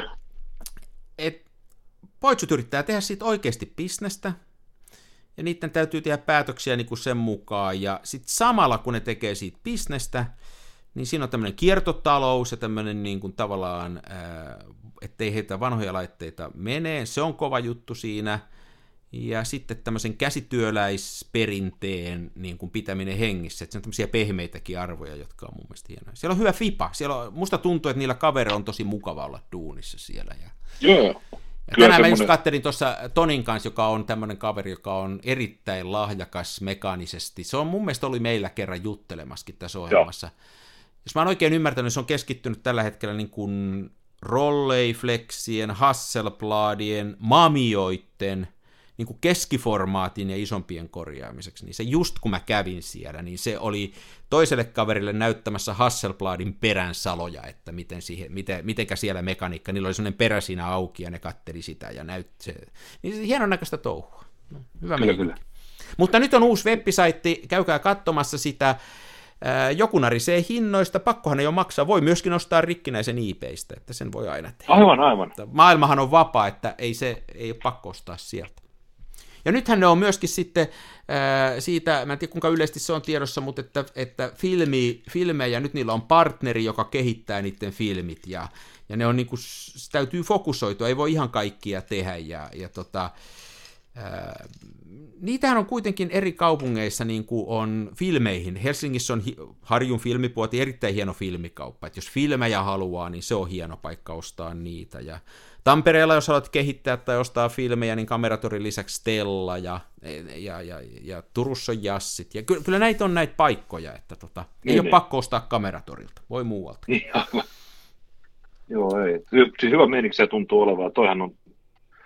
et Poitsut yrittää tehdä siitä oikeasti bisnestä, ja niiden täytyy tehdä päätöksiä niin kuin sen mukaan, ja sitten samalla kun ne tekee siitä bisnestä, niin siinä on tämmöinen kiertotalous ja tämmöinen niin kuin tavallaan, ää, ettei heitä vanhoja laitteita menee, se on kova juttu siinä, ja sitten tämmöisen käsityöläisperinteen niin kuin pitäminen hengissä, että se on tämmöisiä pehmeitäkin arvoja, jotka on mun mielestä hienoja. Siellä on hyvä fipa, siellä on, musta tuntuu, että niillä kavereilla on tosi mukava olla duunissa siellä. Ja, Joo. ja tänään semmoinen... mä just kattelin tuossa Tonin kanssa, joka on tämmöinen kaveri, joka on erittäin lahjakas mekaanisesti. Se on mun mielestä oli meillä kerran juttelemaskin tässä ohjelmassa. Joo. Jos mä oon oikein ymmärtänyt, se on keskittynyt tällä hetkellä niin kuin Rolleiflexien, Hasselbladien, Mamioitten, niin kuin keskiformaatin ja isompien korjaamiseksi, niin se just kun mä kävin siellä, niin se oli toiselle kaverille näyttämässä Hasselbladin peränsaloja, että miten siihen, miten, mitenkä siellä mekaniikka, niillä oli sellainen perä siinä auki ja ne katteli sitä ja näytti se. Niin se hienon näköistä touhua. No, hyvä kyllä, kyllä. Mutta nyt on uusi web-saitti, käykää katsomassa sitä. Joku narisee hinnoista, pakkohan ei ole maksaa, voi myöskin ostaa rikkinäisen eBaystä, että sen voi aina tehdä. Aivan, aivan. Maailmahan on vapaa, että ei, se, ei ole pakko ostaa sieltä. Ja nythän ne on myöskin sitten ää, siitä, mä en tiedä kuinka yleisesti se on tiedossa, mutta että, että filmi, filmejä, nyt niillä on partneri, joka kehittää niiden filmit, ja, ja ne on niin kuin, täytyy fokusoitua, ei voi ihan kaikkia tehdä, ja, ja tota, ää, niitähän on kuitenkin eri kaupungeissa niin kuin on filmeihin. Helsingissä on Harjun filmipuoti, erittäin hieno filmikauppa, että jos filmejä haluaa, niin se on hieno paikka ostaa niitä, ja Tampereella, jos haluat kehittää tai ostaa filmejä, niin Kameratorin lisäksi Stella ja, ja, ja, ja Turussa on Jassit. Ja kyllä, kyllä näitä on näitä paikkoja, että tota, ei niin, ole niin. pakko ostaa Kameratorilta, voi muualta. Niin, joo, ei. Siis hyvä meininki se tuntuu olevan. Toihan on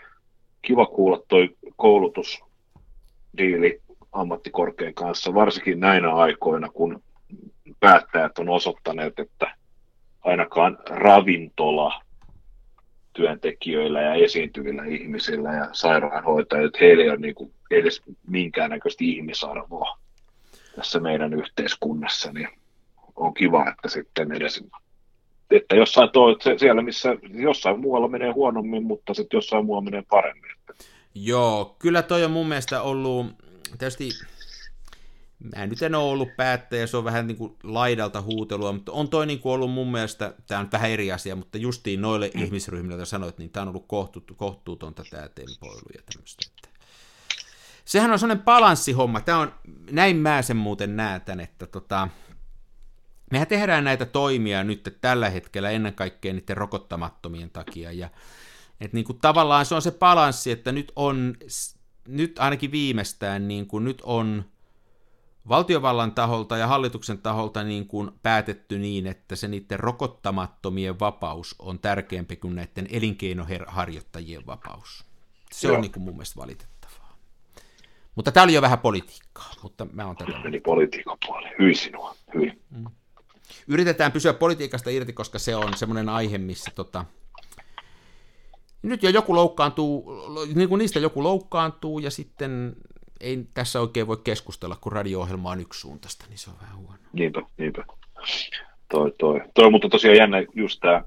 kiva kuulla toi koulutusdiili ammattikorkean kanssa, varsinkin näinä aikoina, kun päättäjät on osoittaneet, että ainakaan ravintola työntekijöillä ja esiintyvillä ihmisillä ja sairaanhoitajilla, että heillä ei ole niin kuin edes minkäännäköistä ihmisarvoa tässä meidän yhteiskunnassa, niin on kiva, että sitten edes, että jossain toi, siellä missä jossain muualla menee huonommin, mutta sitten jossain muualla menee paremmin. Joo, kyllä toi on mun mielestä ollut, tietysti mä nyt en ole ollut päättäjä, se on vähän niin kuin laidalta huutelua, mutta on toi niin kuin ollut mun mielestä, tämä on vähän eri asia, mutta justiin noille mm. ihmisryhmille, joita sanoit, niin tämä on ollut kohtu, kohtuutonta tämä tempoilu ja tämmöistä. Että sehän on sellainen balanssihomma, tämä on, näin mä sen muuten näetän, että tota, mehän tehdään näitä toimia nyt tällä hetkellä ennen kaikkea niiden rokottamattomien takia, ja että niin kuin tavallaan se on se balanssi, että nyt on, nyt ainakin viimeistään, niin kuin nyt on valtiovallan taholta ja hallituksen taholta niin kuin päätetty niin, että se niiden rokottamattomien vapaus on tärkeämpi kuin näiden elinkeinoharjoittajien vapaus. Se Joo. on niin kuin mun mielestä valitettavaa. Mutta tämä oli jo vähän politiikkaa, mutta mä oon tätä. Meni politiikan puolelle. Hyi sinua. Hyi. Mm. Yritetään pysyä politiikasta irti, koska se on semmoinen aihe, missä tota, nyt jo joku loukkaantuu, niin kuin niistä joku loukkaantuu ja sitten ei tässä oikein voi keskustella, kun radio-ohjelma on yksisuuntaista, niin se on vähän huono. Niinpä, niinpä. Toi, toi. toi mutta tosiaan jännä just tämä,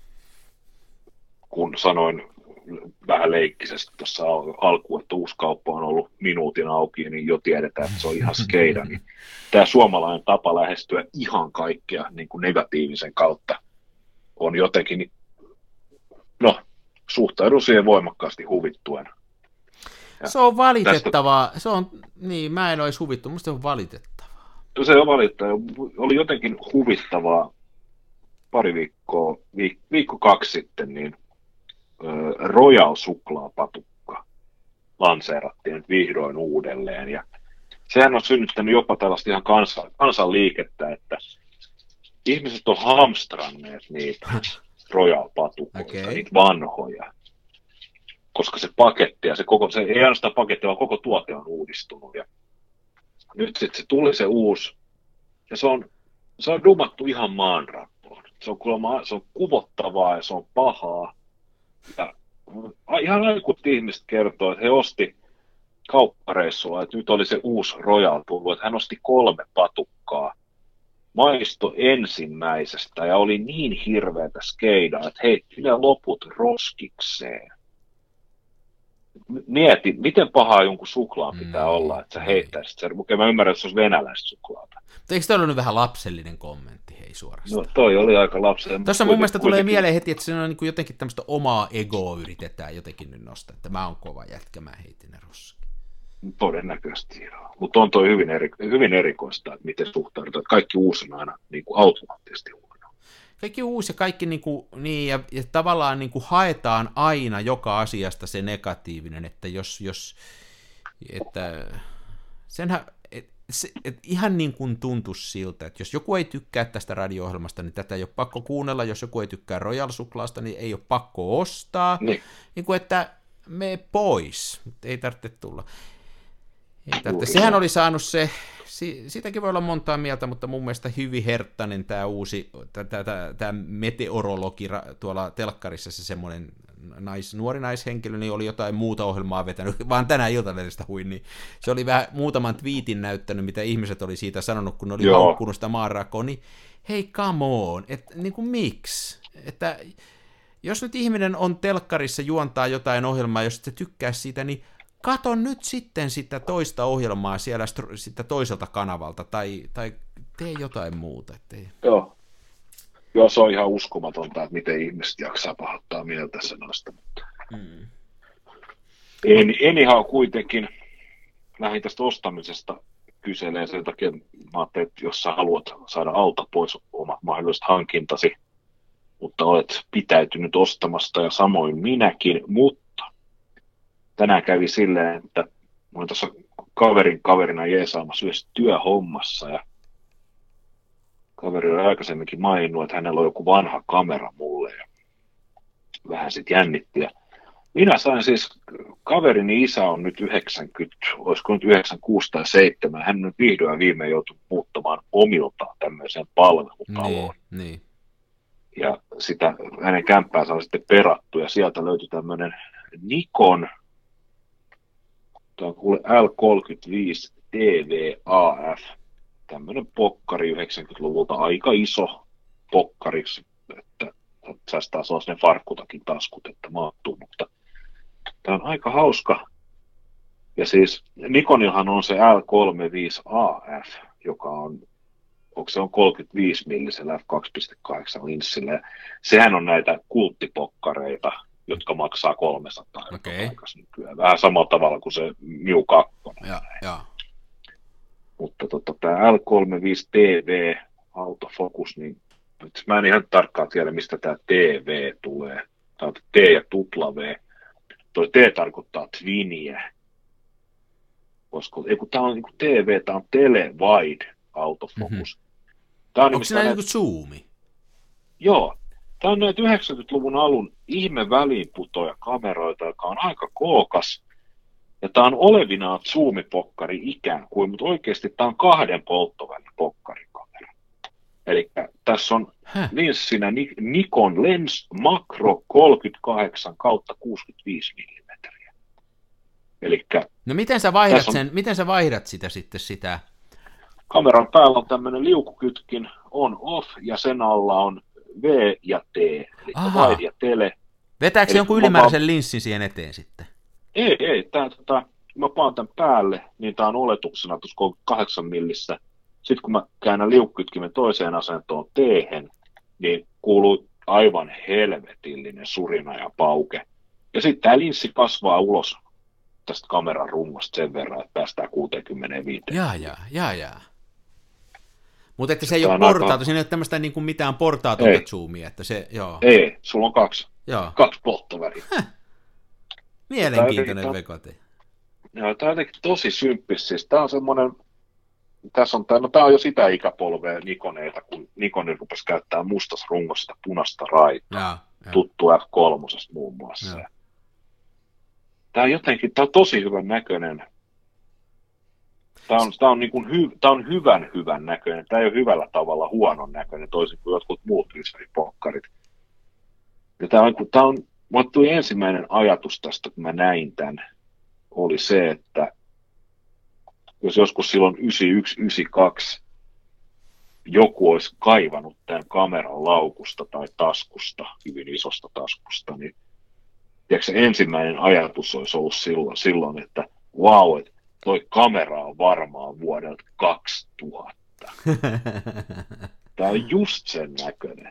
kun sanoin vähän leikkisesti tuossa alkuun, että uusi kauppa on ollut minuutin auki, niin jo tiedetään, että se on ihan skeida. Niin tämä suomalainen tapa lähestyä ihan kaikkea niin kuin negatiivisen kautta on jotenkin, no, suhtaudun siihen voimakkaasti huvittuen. Ja se on valitettavaa, tästä... se on, niin mä en olisi huvittu, musta se on valitettavaa. Se on valitettavaa, oli jotenkin huvittavaa pari viikkoa, viik- viikko kaksi sitten, niin Royal suklaapatukka lanseerattiin nyt vihdoin uudelleen, ja sehän on synnyttänyt jopa tällaista ihan kansan, kansanliikettä, että ihmiset on hamstranneet niitä Royal patukoita, okay. niitä vanhoja, koska se paketti, ja se, koko, se ei ainoastaan paketti, vaan koko tuote on uudistunut, ja nyt sitten se tuli se uusi, ja se on, se on dumattu ihan maanrappoon. Se on, kuulemma, se on kuvottavaa, ja se on pahaa, ja ihan aikuiset ihmiset kertoo, että he osti kauppareissulla, että nyt oli se uusi Royal tullut, että hän osti kolme patukkaa, maisto ensimmäisestä ja oli niin hirveätä skeidaa, että heitti ne loput roskikseen. Mieti, miten pahaa jonkun suklaan pitää mm, olla, että sä heittäisit sen. Okei, mä ymmärrän, että se olisi venäläistä suklaata. Eikö toi ollut vähän lapsellinen kommentti, hei suorastaan? No toi oli aika lapsellinen. Tuossa mun mielestä tulee mieleen heti, että siinä on niin kuin jotenkin tämmöistä omaa egoa yritetään jotenkin nyt nostaa, että mä oon kova jätkä, mä heitin ne roskiin. Todennäköisesti joo. Mutta on toi hyvin, eri, hyvin erikoista, että miten suhtaudutaan. Kaikki uusi on aina niin kuin automaattisesti huono. Kaikki uusi ja kaikki niin kuin, niin, ja, ja tavallaan niin kuin haetaan aina joka asiasta se negatiivinen, että jos, jos että senhän, et, se, et ihan niin kuin tuntuisi siltä, että jos joku ei tykkää tästä radio-ohjelmasta, niin tätä ei ole pakko kuunnella, jos joku ei tykkää Royal suklaasta, niin ei ole pakko ostaa, niin, niin kuin, että mene pois, ei tarvitse tulla. Ei tarvitse. Sehän oli saanut se, siitäkin voi olla montaa mieltä, mutta mun mielestä hyvin herttainen tämä uusi, tämä meteorologi tuolla telkkarissa, se semmoinen nais, nuori naishenkilö, niin oli jotain muuta ohjelmaa vetänyt, vaan tänään Iltalehdistä huin, niin se oli vähän muutaman twiitin näyttänyt, mitä ihmiset oli siitä sanonut, kun ne oli haukkunut sitä maanrakoa, niin hei, come on, että niin kuin miksi, että jos nyt ihminen on telkkarissa juontaa jotain ohjelmaa, jos se tykkää siitä, niin kato nyt sitten sitä toista ohjelmaa siellä sitä toiselta kanavalta, tai, tai tee jotain muuta. Ettei... Joo. Joo, se on ihan uskomatonta, että miten ihmiset jaksaa pahoittaa mieltä sanoista. Mutta... Mm. En, en ihan kuitenkin lähdin tästä ostamisesta kyseleen sen takia, mä ajattelin, että jos sä haluat saada alta pois omat mahdolliset hankintasi, mutta olet pitäytynyt ostamasta ja samoin minäkin, mutta tänään kävi silleen, että mä olin tuossa kaverin kaverina jeesaamassa yhdessä työhommassa ja kaveri oli aikaisemminkin maininnut, että hänellä on joku vanha kamera mulle ja vähän sitten jännitti ja Minä sain siis, kaverini isä on nyt yhdeksänkymmentä, olisiko nyt yhdeksänkymmentäkuusi tai seitsemän. Hän nyt vihdoin viimein joutui muuttamaan omiltaan tämmöiseen palvelutaloon. Niin, niin. Ja sitä hänen kämppäänsä on sitten perattu ja sieltä löytyi tämmöinen Nikon, tämä on kuule L kolmekymmentäviisi D V A F, tämmöinen pokkari yhdeksänkymmentäluvulta, aika iso pokkariksi, että saisi taas olla ne farkkutakin taskut, että maattuu, mutta tämä on aika hauska. Ja siis Nikonillahan on se L kolmekymmentäviisi A F, joka on, onko se on kolmekymmentäviisi millisellä F kaksi pilkku kahdeksan linssillä. Ja sehän on näitä kulttipokkareita, jotka maksaa kolmesataa okay. nykyään. Vähän samalla tavalla kuin se Miu kaksi. Ja, ja. Mutta tota, tämä L kolmekymmentäviisi D V autofokus, niin nyt mä en ihan tarkkaan tiedä, mistä tämä T V tulee. Tämä on T ja tupla V. Tuo T tarkoittaa twiniä. Koska tämä on niin T V, tämä on tele-wide autofokus. Mm-hmm. Tämä on onko se näin niin kuin zoomi? Joo. Tämä on näitä yhdeksänkymmentäluvun alun ihme väliinputoja kameroita, joka on aika kookas. Ja tämä on olevinaan zoomipokkari ikään kuin, mutta oikeasti tämä on kahden polttovälin pokkarikamera. Eli tässä on Häh? linssinä Nikon Lens Macro kolmekymmentäkahdeksan kautta kuusikymmentäviisi millimetriä. Elikkä no miten sä vaihdat on, sen, miten sä vaihdat sitä sitten sitä? Kameran päällä on tämmöinen liukukytkin on off ja sen alla on V ja T, eli wide ja tele. Vetääkö se jonkun ylimääräisen vaan linssin siihen eteen sitten? Ei, ei. Tää, tota, kun mä paan tämän päälle, niin tää on oletuksena tuossa kolmekymmentäkahdeksan millissä. Sitten kun mä käännän liukukytkimen toiseen asentoon T-hen, niin kuuluu aivan helvetillinen surina ja pauke. Ja sitten tämä linssi kasvaa ulos tästä kameran rungosta sen verran, että päästään kuusikymmentäviisi. Jaa, jaa, jaa, jaa. Mutta että se ei ole portaatu, aika siinä ei ole tämmöistä niin kuin mitään portaatonta zoomia, että se, joo. Ei, sulla on kaksi. Joo. Kaksi polttoväriä. Mielenkiintoinen vekote. Joo, tämä on jotenkin tosi symppis. Siis tämä on semmoinen, tässä on, no tämä on jo sitä ikäpolvea Nikoneita, kun Nikoni rupesi käyttää mustas rungossa sitä punaista raitaa. Ja, ja. Tuttu F kolme muun muassa. Ja. Tämä on jotenkin, tämä on tosi hyvän näköinen. Tämä on, tämä on, niin kuin hy, tämä on hyvän hyvän näköinen. Tämä ei ole hyvällä tavalla huonon näköinen, toisin kuin jotkut muut ylsäripokkarit. Ja tämä on, tämä on, mulle tuli ensimmäinen ajatus tästä, kun mä näin tämän, oli se, että jos joskus silloin yhdeksänkymmentäyksi yhdeksänkymmentäkaksi joku olisi kaivannut tämän kameran laukusta tai taskusta, hyvin isosta taskusta, niin tiedätkö, ensimmäinen ajatus olisi ollut silloin, silloin että vau, että toi kamera on varmaan vuodelta kaksituhatta. Tämä on just sen näköinen.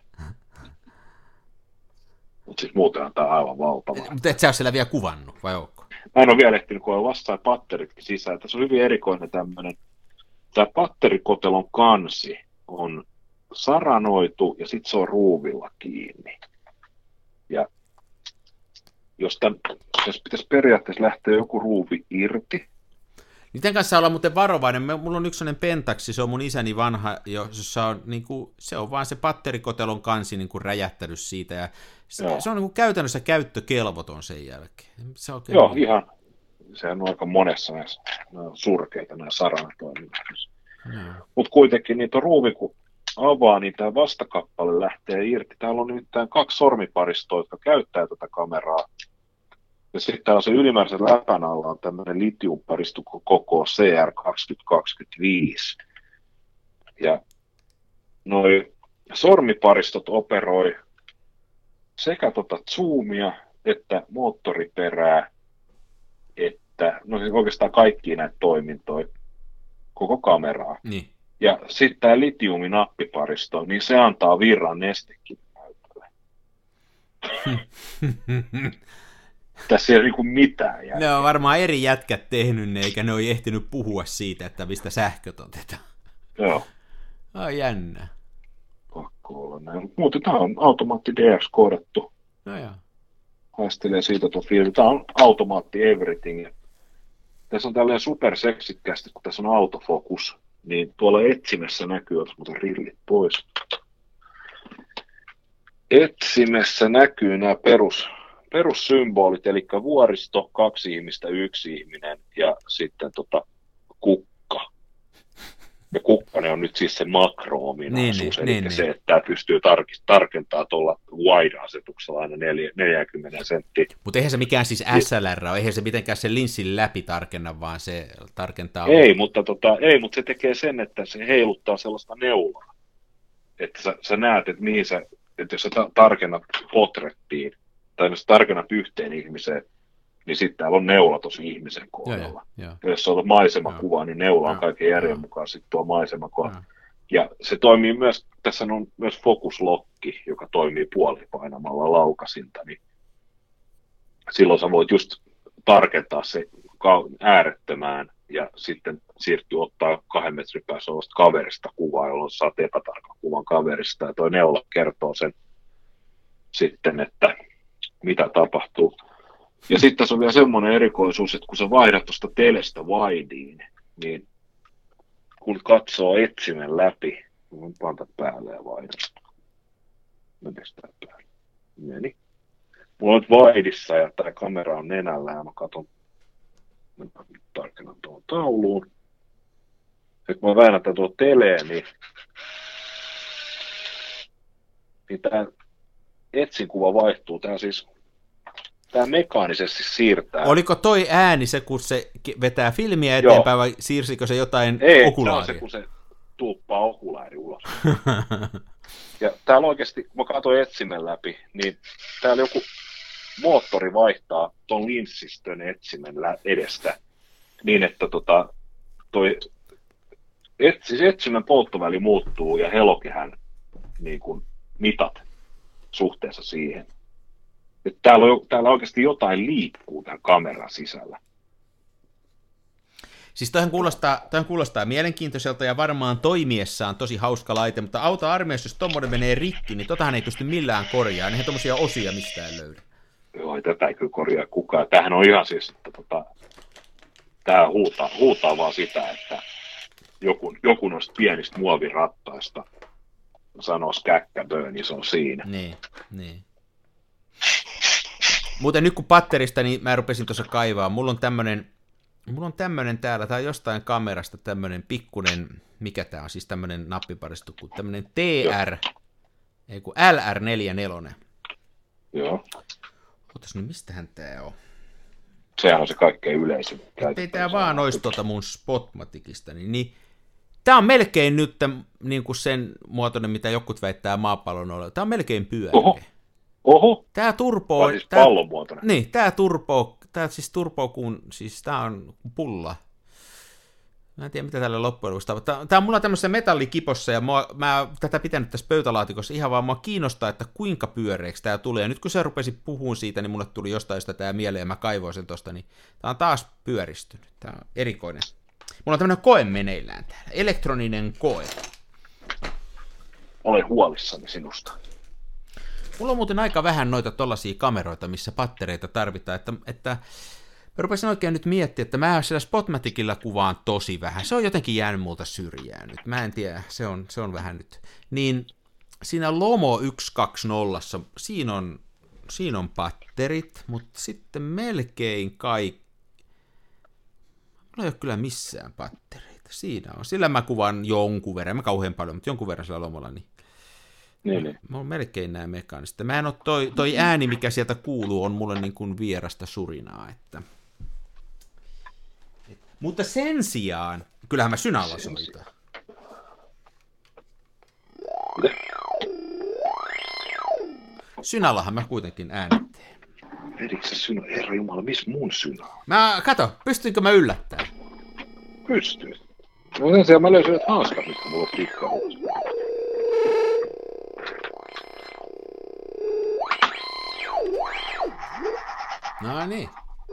Mutta siis muutenhan tämä on aivan valtava. Mutta et sä ole siellä vielä kuvannut, vai onko? Mä en ole vielä ehtinyt, kun on vastaan patteritkin sisään. Tässä on hyvin erikoinen tämmöinen. Tämä patterikotelon kansi on saranoitu ja sitten se on ruuvilla kiinni. Ja jos, tämän, jos pitäisi periaatteessa lähteä joku ruuvi irti. Niiden kanssa ollaan muuten varovainen. Mulla on yksi sellainen Pentaxi, se on mun isäni vanha, jossa on, niin kuin, se on vaan se patterikotelon kansi niin kuin räjähtänyt siitä. Ja se, se on niin kuin käytännössä käyttökelvoton sen jälkeen. Se on Joo, niin. Ihan. Sehän on aika monessa näissä nämä surkeita nämä saranatoiminnassa. Hmm. Mutta kuitenkin niitä ruuvi, kun avaa, niin tämä vastakappale lähtee irti. Täällä on nimittäin kaksi sormiparistoa, jotka käyttää tätä kameraa. Ja sitten täällä on se ylimääräisen läpän alla on tämmöinen litiumparisto koko C R kaksituhattakaksikymmentäviisi. Ja noi sormiparistot operoi sekä tota zoomia että moottoriperää, että no siis oikeastaan kaikkia näitä toimintoja, koko kameraa. Niin. Ja sitten tämä litiuminappiparisto, niin se antaa virran nestekipinäytölle. Tässä ei ole niinku mitään jälkeen. Ne on varmaan eri jätkät tehnyt ne, eikä ne ole ehtinyt puhua siitä, että mistä sähköt otetaan. Joo. Ai jännä. Pakko olla näin. Muuten tämä on automaatti D X koodattu. No joo. Haistelee siitä tuon filmi. Tämä on automaatti everything. Tässä on tällainen superseksikkäästi, kun tässä on autofokus, niin tuolla etsimessä näkyy, jos muuten rillit pois. Etsimessä näkyy nämä perus, perussymbolit, eli vuoristo, kaksi ihmistä, yksi ihminen ja sitten tota, kukka. Ja kukkanen on nyt siis se makro-ominaisuus, niin, eli niin, se, niin. Että tämä pystyy tar- tarkentamaan tuolla wide-asetuksella aina neljäkymmentä senttiä. Mutta eihän se mikään siis S L R ole, eihän se mitenkään se linssin läpi tarkenna, vaan se tarkentaa... Ei, mutta, tota, ei, mutta se tekee sen, että se heiluttaa sellaista neulaa. Että sä, sä näet, että mihin sä, että jos sä ta- tarkennat potrettiin, tai jos sä tarkennat yhteen ihmiseen, niin sitten täällä on neula tuossa ihmisen kohdalla. Ja, ja, ja. Jos se on maisemakuva, ja. Niin neula on kaiken järjen mukaan sitten tuo maisemakohta. Ja. ja se toimii myös, tässä on myös fokuslokki, joka toimii puolipainamalla laukasinta, niin silloin sä voit just tarkentaa se äärettömään ja sitten siirtyy ottaa kahden metrin päässä olevasta kaverista kuvaa, jolloin saat epätarkan kuvan kaverista, ja toi neula kertoo sen sitten, että mitä tapahtuu. Ja sitten tässä on vielä semmoinen erikoisuus, että kun sä vaihdat tuosta telestä wideen, niin kun katsoo etsimen läpi, voin panta päälle ja vaihdat. Meneekö tää päälle? Meni. Mulla on nyt widessa ja tää kamera on nenällä ja mä katson, mä tarkennan tuohon tauluun. Ja kun mä väännän tuo teleen, niin, niin tää etsinkuva vaihtuu. Tää siis Tämä mekaanisesti siirtää. Oliko toi ääni se, kun se vetää filmiä eteenpäin, Joo. vai siirsikö se jotain Ei, okulaaria? Ei, se on se, kun se tuuppaa okulaari ulos. Ja täällä oikeasti, kun mä katsoin etsimen läpi, niin täällä joku moottori vaihtaa ton linssistön etsimen edestä niin, että tota, toi et, siis etsimen polttoväli muuttuu ja helokehän niin kuin mitat suhteessa siihen. Että täällä, on, täällä oikeasti jotain liikkuu tämän kameran sisällä. Siis toihan kuulostaa, toihan kuulostaa mielenkiintoiselta ja varmaan toimiessaan tosi hauska laite, mutta auto-armeijassa, jos tommoinen menee rikki, niin totahan ei pysty millään korjaamaan. Eihän tommosia osia mistään löydy. Joo, tätä ei kyllä korjaa kukaan. Tämähän on ihan siis, että tota, tää huutaa, huutaa vaan sitä, että joku, joku noista pienistä muovirattaista sanoisi käkkäböö, niin se on siinä. Niin, niin. Muuten nyt kun patterista, niin mä rupesin tuossa kaivaa. Mulla on tämmönen, mulla on tämmönen täällä, tää on jostain kamerasta tämmönen pikkunen, mikä tää on, siis tämmönen nappiparisto, kuin tämmönen T R, ei kun L R neljäkymmentäneljä. Joo. Otas nyt, mistähän tää on? Sehän on se kaikkein yleisin. Ei tää vaan ois tuota mun Spotmaticista, niin, niin tää on melkein nyt niin kuin sen muotoinen, mitä jokut väittää maapallon olevan. Tää on melkein pyöreä. Oho. Oho. Tää turbo, siis tää, pallonmuotoinen. Niin, tää turbo, tää siis turbo kun, siis tää on pulla. Mä en tiedä, mitä tällä loppujen lopuksi. Tää, tää on mulla tämmöisessä metallikipossa, ja mä, mä tätä pitänyt tässä pöytälaatikossa ihan vaan mua kiinnostaa, että kuinka pyöreäksi tää tulee. Ja nyt kun se rupesi puhumaan siitä, niin mulle tuli jostain sitä tää mieleen, ja mä kaivoin sen tosta, niin tää on taas pyöristynyt. Tää on erikoinen. Mulla on tämmönen koe meneillään täällä. Elektroninen koe. Olen huolissani sinusta. Mulla on muuten aika vähän noita tollaisia kameroita, missä pattereita tarvitaan, että, että mä rupesin oikein nyt miettiä, että mä siellä Spotmaticilla kuvaan tosi vähän. Se on jotenkin jäänyt multa syrjään nyt. Mä en tiedä, se on, se on vähän nyt. Niin siinä Lomo yksi kaksikymmentä, siinä on, siinä on patterit, mutta sitten melkein kaikki. Mulla ei ole kyllä missään pattereita. Siinä on. Sillä mä kuvaan jonkun verran, mä kauhean paljon, mutta jonkun verran sillä Lomolla, niin Niin, niin. Mä oon melkein näin mekaanista. Mä en oo toi, toi ääni, mikä sieltä kuuluu, on mulle niin kuin vierasta surinaa. Että... Mutta sen sijaan, kyllähän mä synalla soitan. Synallahan mä kuitenkin äänitteen. Vedikö se syna? Herra Jumala, missä mun syna? Mä, kato, pystynkö mä yllättämään? Pystyy. No sen sijaan mä löysin nyt haaskat, mistä mulla on pikkaa. No niin.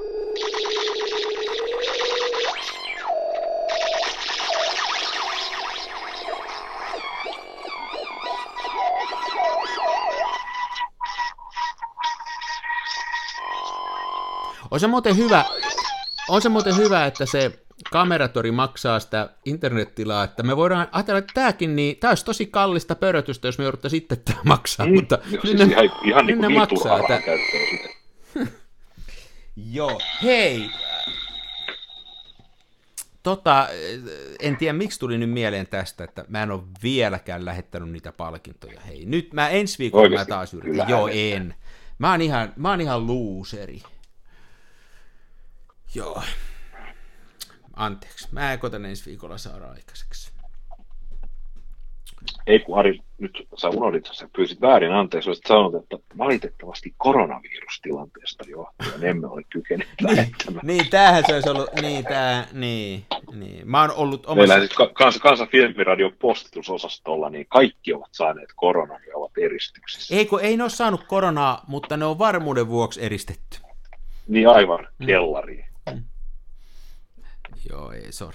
On se muuten hyvä, on se muuten hyvä, että se Kameratori maksaa sitä internettilaa, että me voidaan ajatella, että tämäkin, niin tämä olisi tosi kallista pörötystä, jos me jouduttaisiin sitten tämä maksaa, mm, mutta jo, nyt siis ne, ihan, ihan nyt niin ne kuin maksaa. Niin Joo, hei. Tota, en tiedä miksi tuli nyt mieleen tästä, että mä en ole vieläkään lähettänyt niitä palkintoja. Hei, nyt mä ensi viikolla mä taas yritän. Joo, en. Mä oon ihan, mä oon ihan looseri. Joo. Anteeksi, mä en koitan ensi viikolla saada aikaiseksi. Ei kun Ari, nyt sä unohdit, sä pyysit väärin anteeksi, olisit sanonut, että valitettavasti koronavirustilanteesta johtuen emme ole kykeneet lähettämään. Niin, tämähän se olisi ollut, niin, tää, niin, niin. Mä oon ollut omassa... Meillä siis Kansan, Kansan Filmiradion postitusosastolla, niin kaikki ovat saaneet koronan ja ovat eristyksissä. Ei, kun ei ne ole saanut koronaa, mutta ne on varmuuden vuoksi eristetty. Niin aivan, kellariin. Mm. Joo, ei, sori.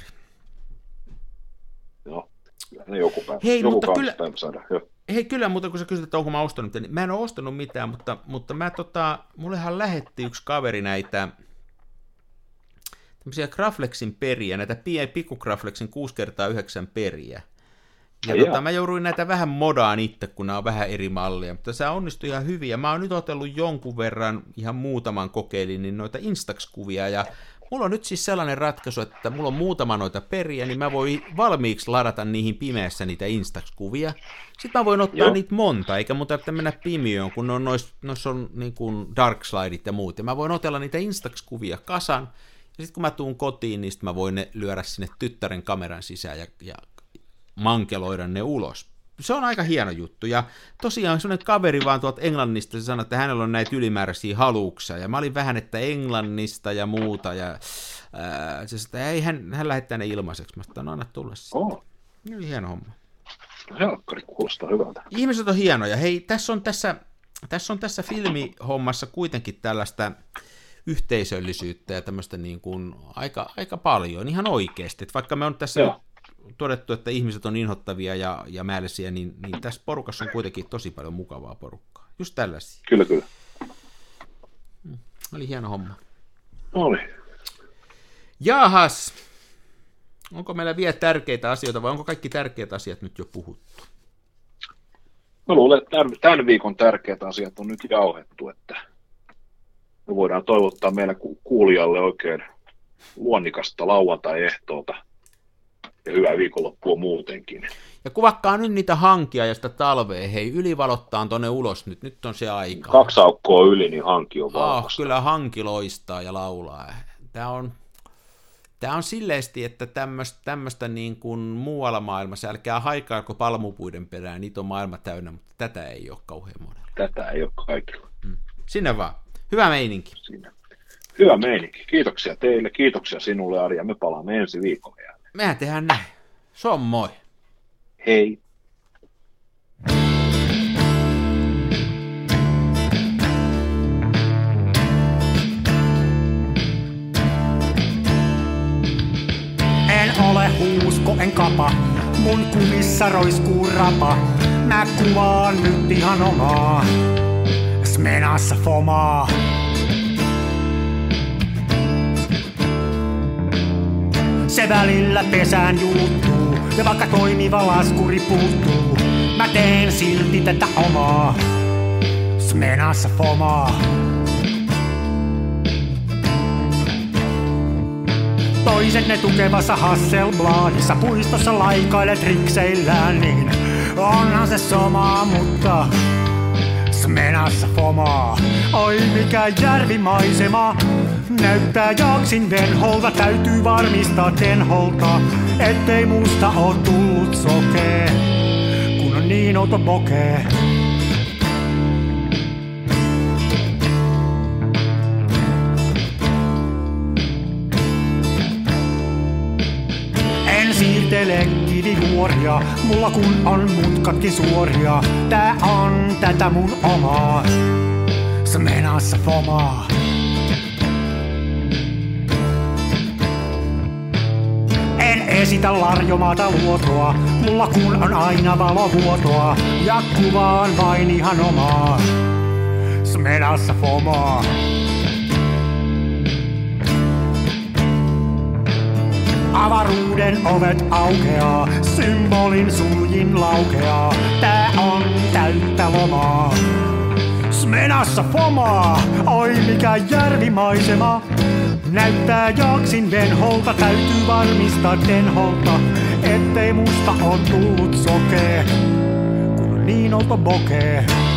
Joo. Joku päivä, hei, joku mutta kyllä, päivä saada. Jo. Hei, kyllä, mutta kun sä kysyt, että onko mä ostanut, niin mä en ole ostanut mitään, mutta, mutta mä tota, mullehan lähetti yksi kaveri näitä tämmöisiä Graflexin periä, näitä pikku Graflexin kuusi kertaa yhdeksän periä. Ja tota, mä jouduin näitä vähän modaan itse, kun nämä on vähän eri mallia, mutta se onnistui ihan hyvin. Ja mä oon nyt otellut jonkun verran, ihan muutaman kokeilin, niin noita Instax-kuvia, ja mulla on nyt siis sellainen ratkaisu, että mulla on muutama noita periä, niin mä voin valmiiksi ladata niihin pimeässä niitä Instax-kuvia. Sitten mä voin ottaa Joo. niitä monta, eikä mun tarvitse mennä pimiöön, kun on noissa, noissa on niin kuin darkslideit ja muut. Ja mä voin otella niitä Instax-kuvia kasan, ja sitten kun mä tuun kotiin, niin mä voin ne lyödä sinne tyttären kameran sisään ja, ja mankeloida ne ulos. Se on aika hieno juttu, ja tosiaan sellainen kaveri vaan tuolta Englannista, se sanoi, että hänellä on näitä ylimääräisiä haluksia, ja mä olin vähän, että Englannista ja muuta, ja ää, se sanoi, että ei, hän, hän lähettää ne ilmaiseksi, mä sanoin, anna tulla sitten. Oh. Oli hieno homma. Helkkari, kuulostaa hyvältä. Ihmiset on hienoja. Hei, tässä on tässä, tässä on tässä filmihommassa kuitenkin tällaista yhteisöllisyyttä ja tämmöistä niin kuin aika, aika paljon, ihan oikeasti, että vaikka me on tässä Joo. todettu, että ihmiset on inhottavia ja, ja määlisiä, niin, niin tässä porukassa on kuitenkin tosi paljon mukavaa porukkaa. Just tällaisia. Kyllä, kyllä. Oli hieno homma. Oli. Jahas. Onko meillä vielä tärkeitä asioita vai onko kaikki tärkeät asiat nyt jo puhuttu? Mä luulen, että tämän, tämän viikon tärkeät asiat on nyt jauhettu, että me voidaan toivottaa meidän kuulijalle oikein luonnikasta lauantai-ehtoota ja hyvää viikonloppua muutenkin. Ja kuvakkaa nyt niitä hankia ja sitä talvea. Hei, ylivalottaan tonne ulos nyt. Nyt on se aika. Kaksi aukkoa yli, niin hanki on valkoista. Oh, kyllä hanki loistaa ja laulaa. Tämä on, tämä on silleesti, että tämmöistä niin kuin muualla maailmassa, älkää haikaako palmupuiden perään, niitä on maailma täynnä, mutta tätä ei ole kauhean monella. Tätä ei ole kaikilla. Mm. Sinne vaan. Hyvä meininki. Sinne. Hyvä meininki. Kiitoksia teille, kiitoksia sinulle Ari, ja me palaamme ensi viikolla jälleen. Mehän tehdään näin. Se on moi. Hei. En ole huusko, en kapa, mun kumissa roiskuu rapa. Mä kuvaan nyt ihan omaa, smenassa fomaa. Se välillä pesään juuttuu, ja vaikka toimiva laskuri puuttuu, mä teen silti tätä omaa, smenassa fomaa. Toiset ne tukevassa Hasselbladissa puistossa laikailet rikseillään, niin onhan se somaa, mutta smenassa fomaa. Oi mikä järvimaisema näyttää jaksin venholta, täytyy varmistaa tenholta, ettei musta oo tullut sokee, kun on niin outo pokee. En siirtele kivijuoria, mulla kun on mutkatkin suoria, tää on tätä mun omaa, smenassa fomaa. En esitä larjomaata luotoa, mulla kun on aina valovuotoa, ja kuvaan vain ihan omaa, smenassa fomaa. Avaruuden ovet aukeaa, symbolin suljin laukeaa, tää on täyttä lomaa, Smenassa fomaa, oi mikä järvimaisema. Näyttää Jaaksin venholta, täytyy varmistaa Denholta, ettei musta on tullut sokee, kun on niin olto bokee.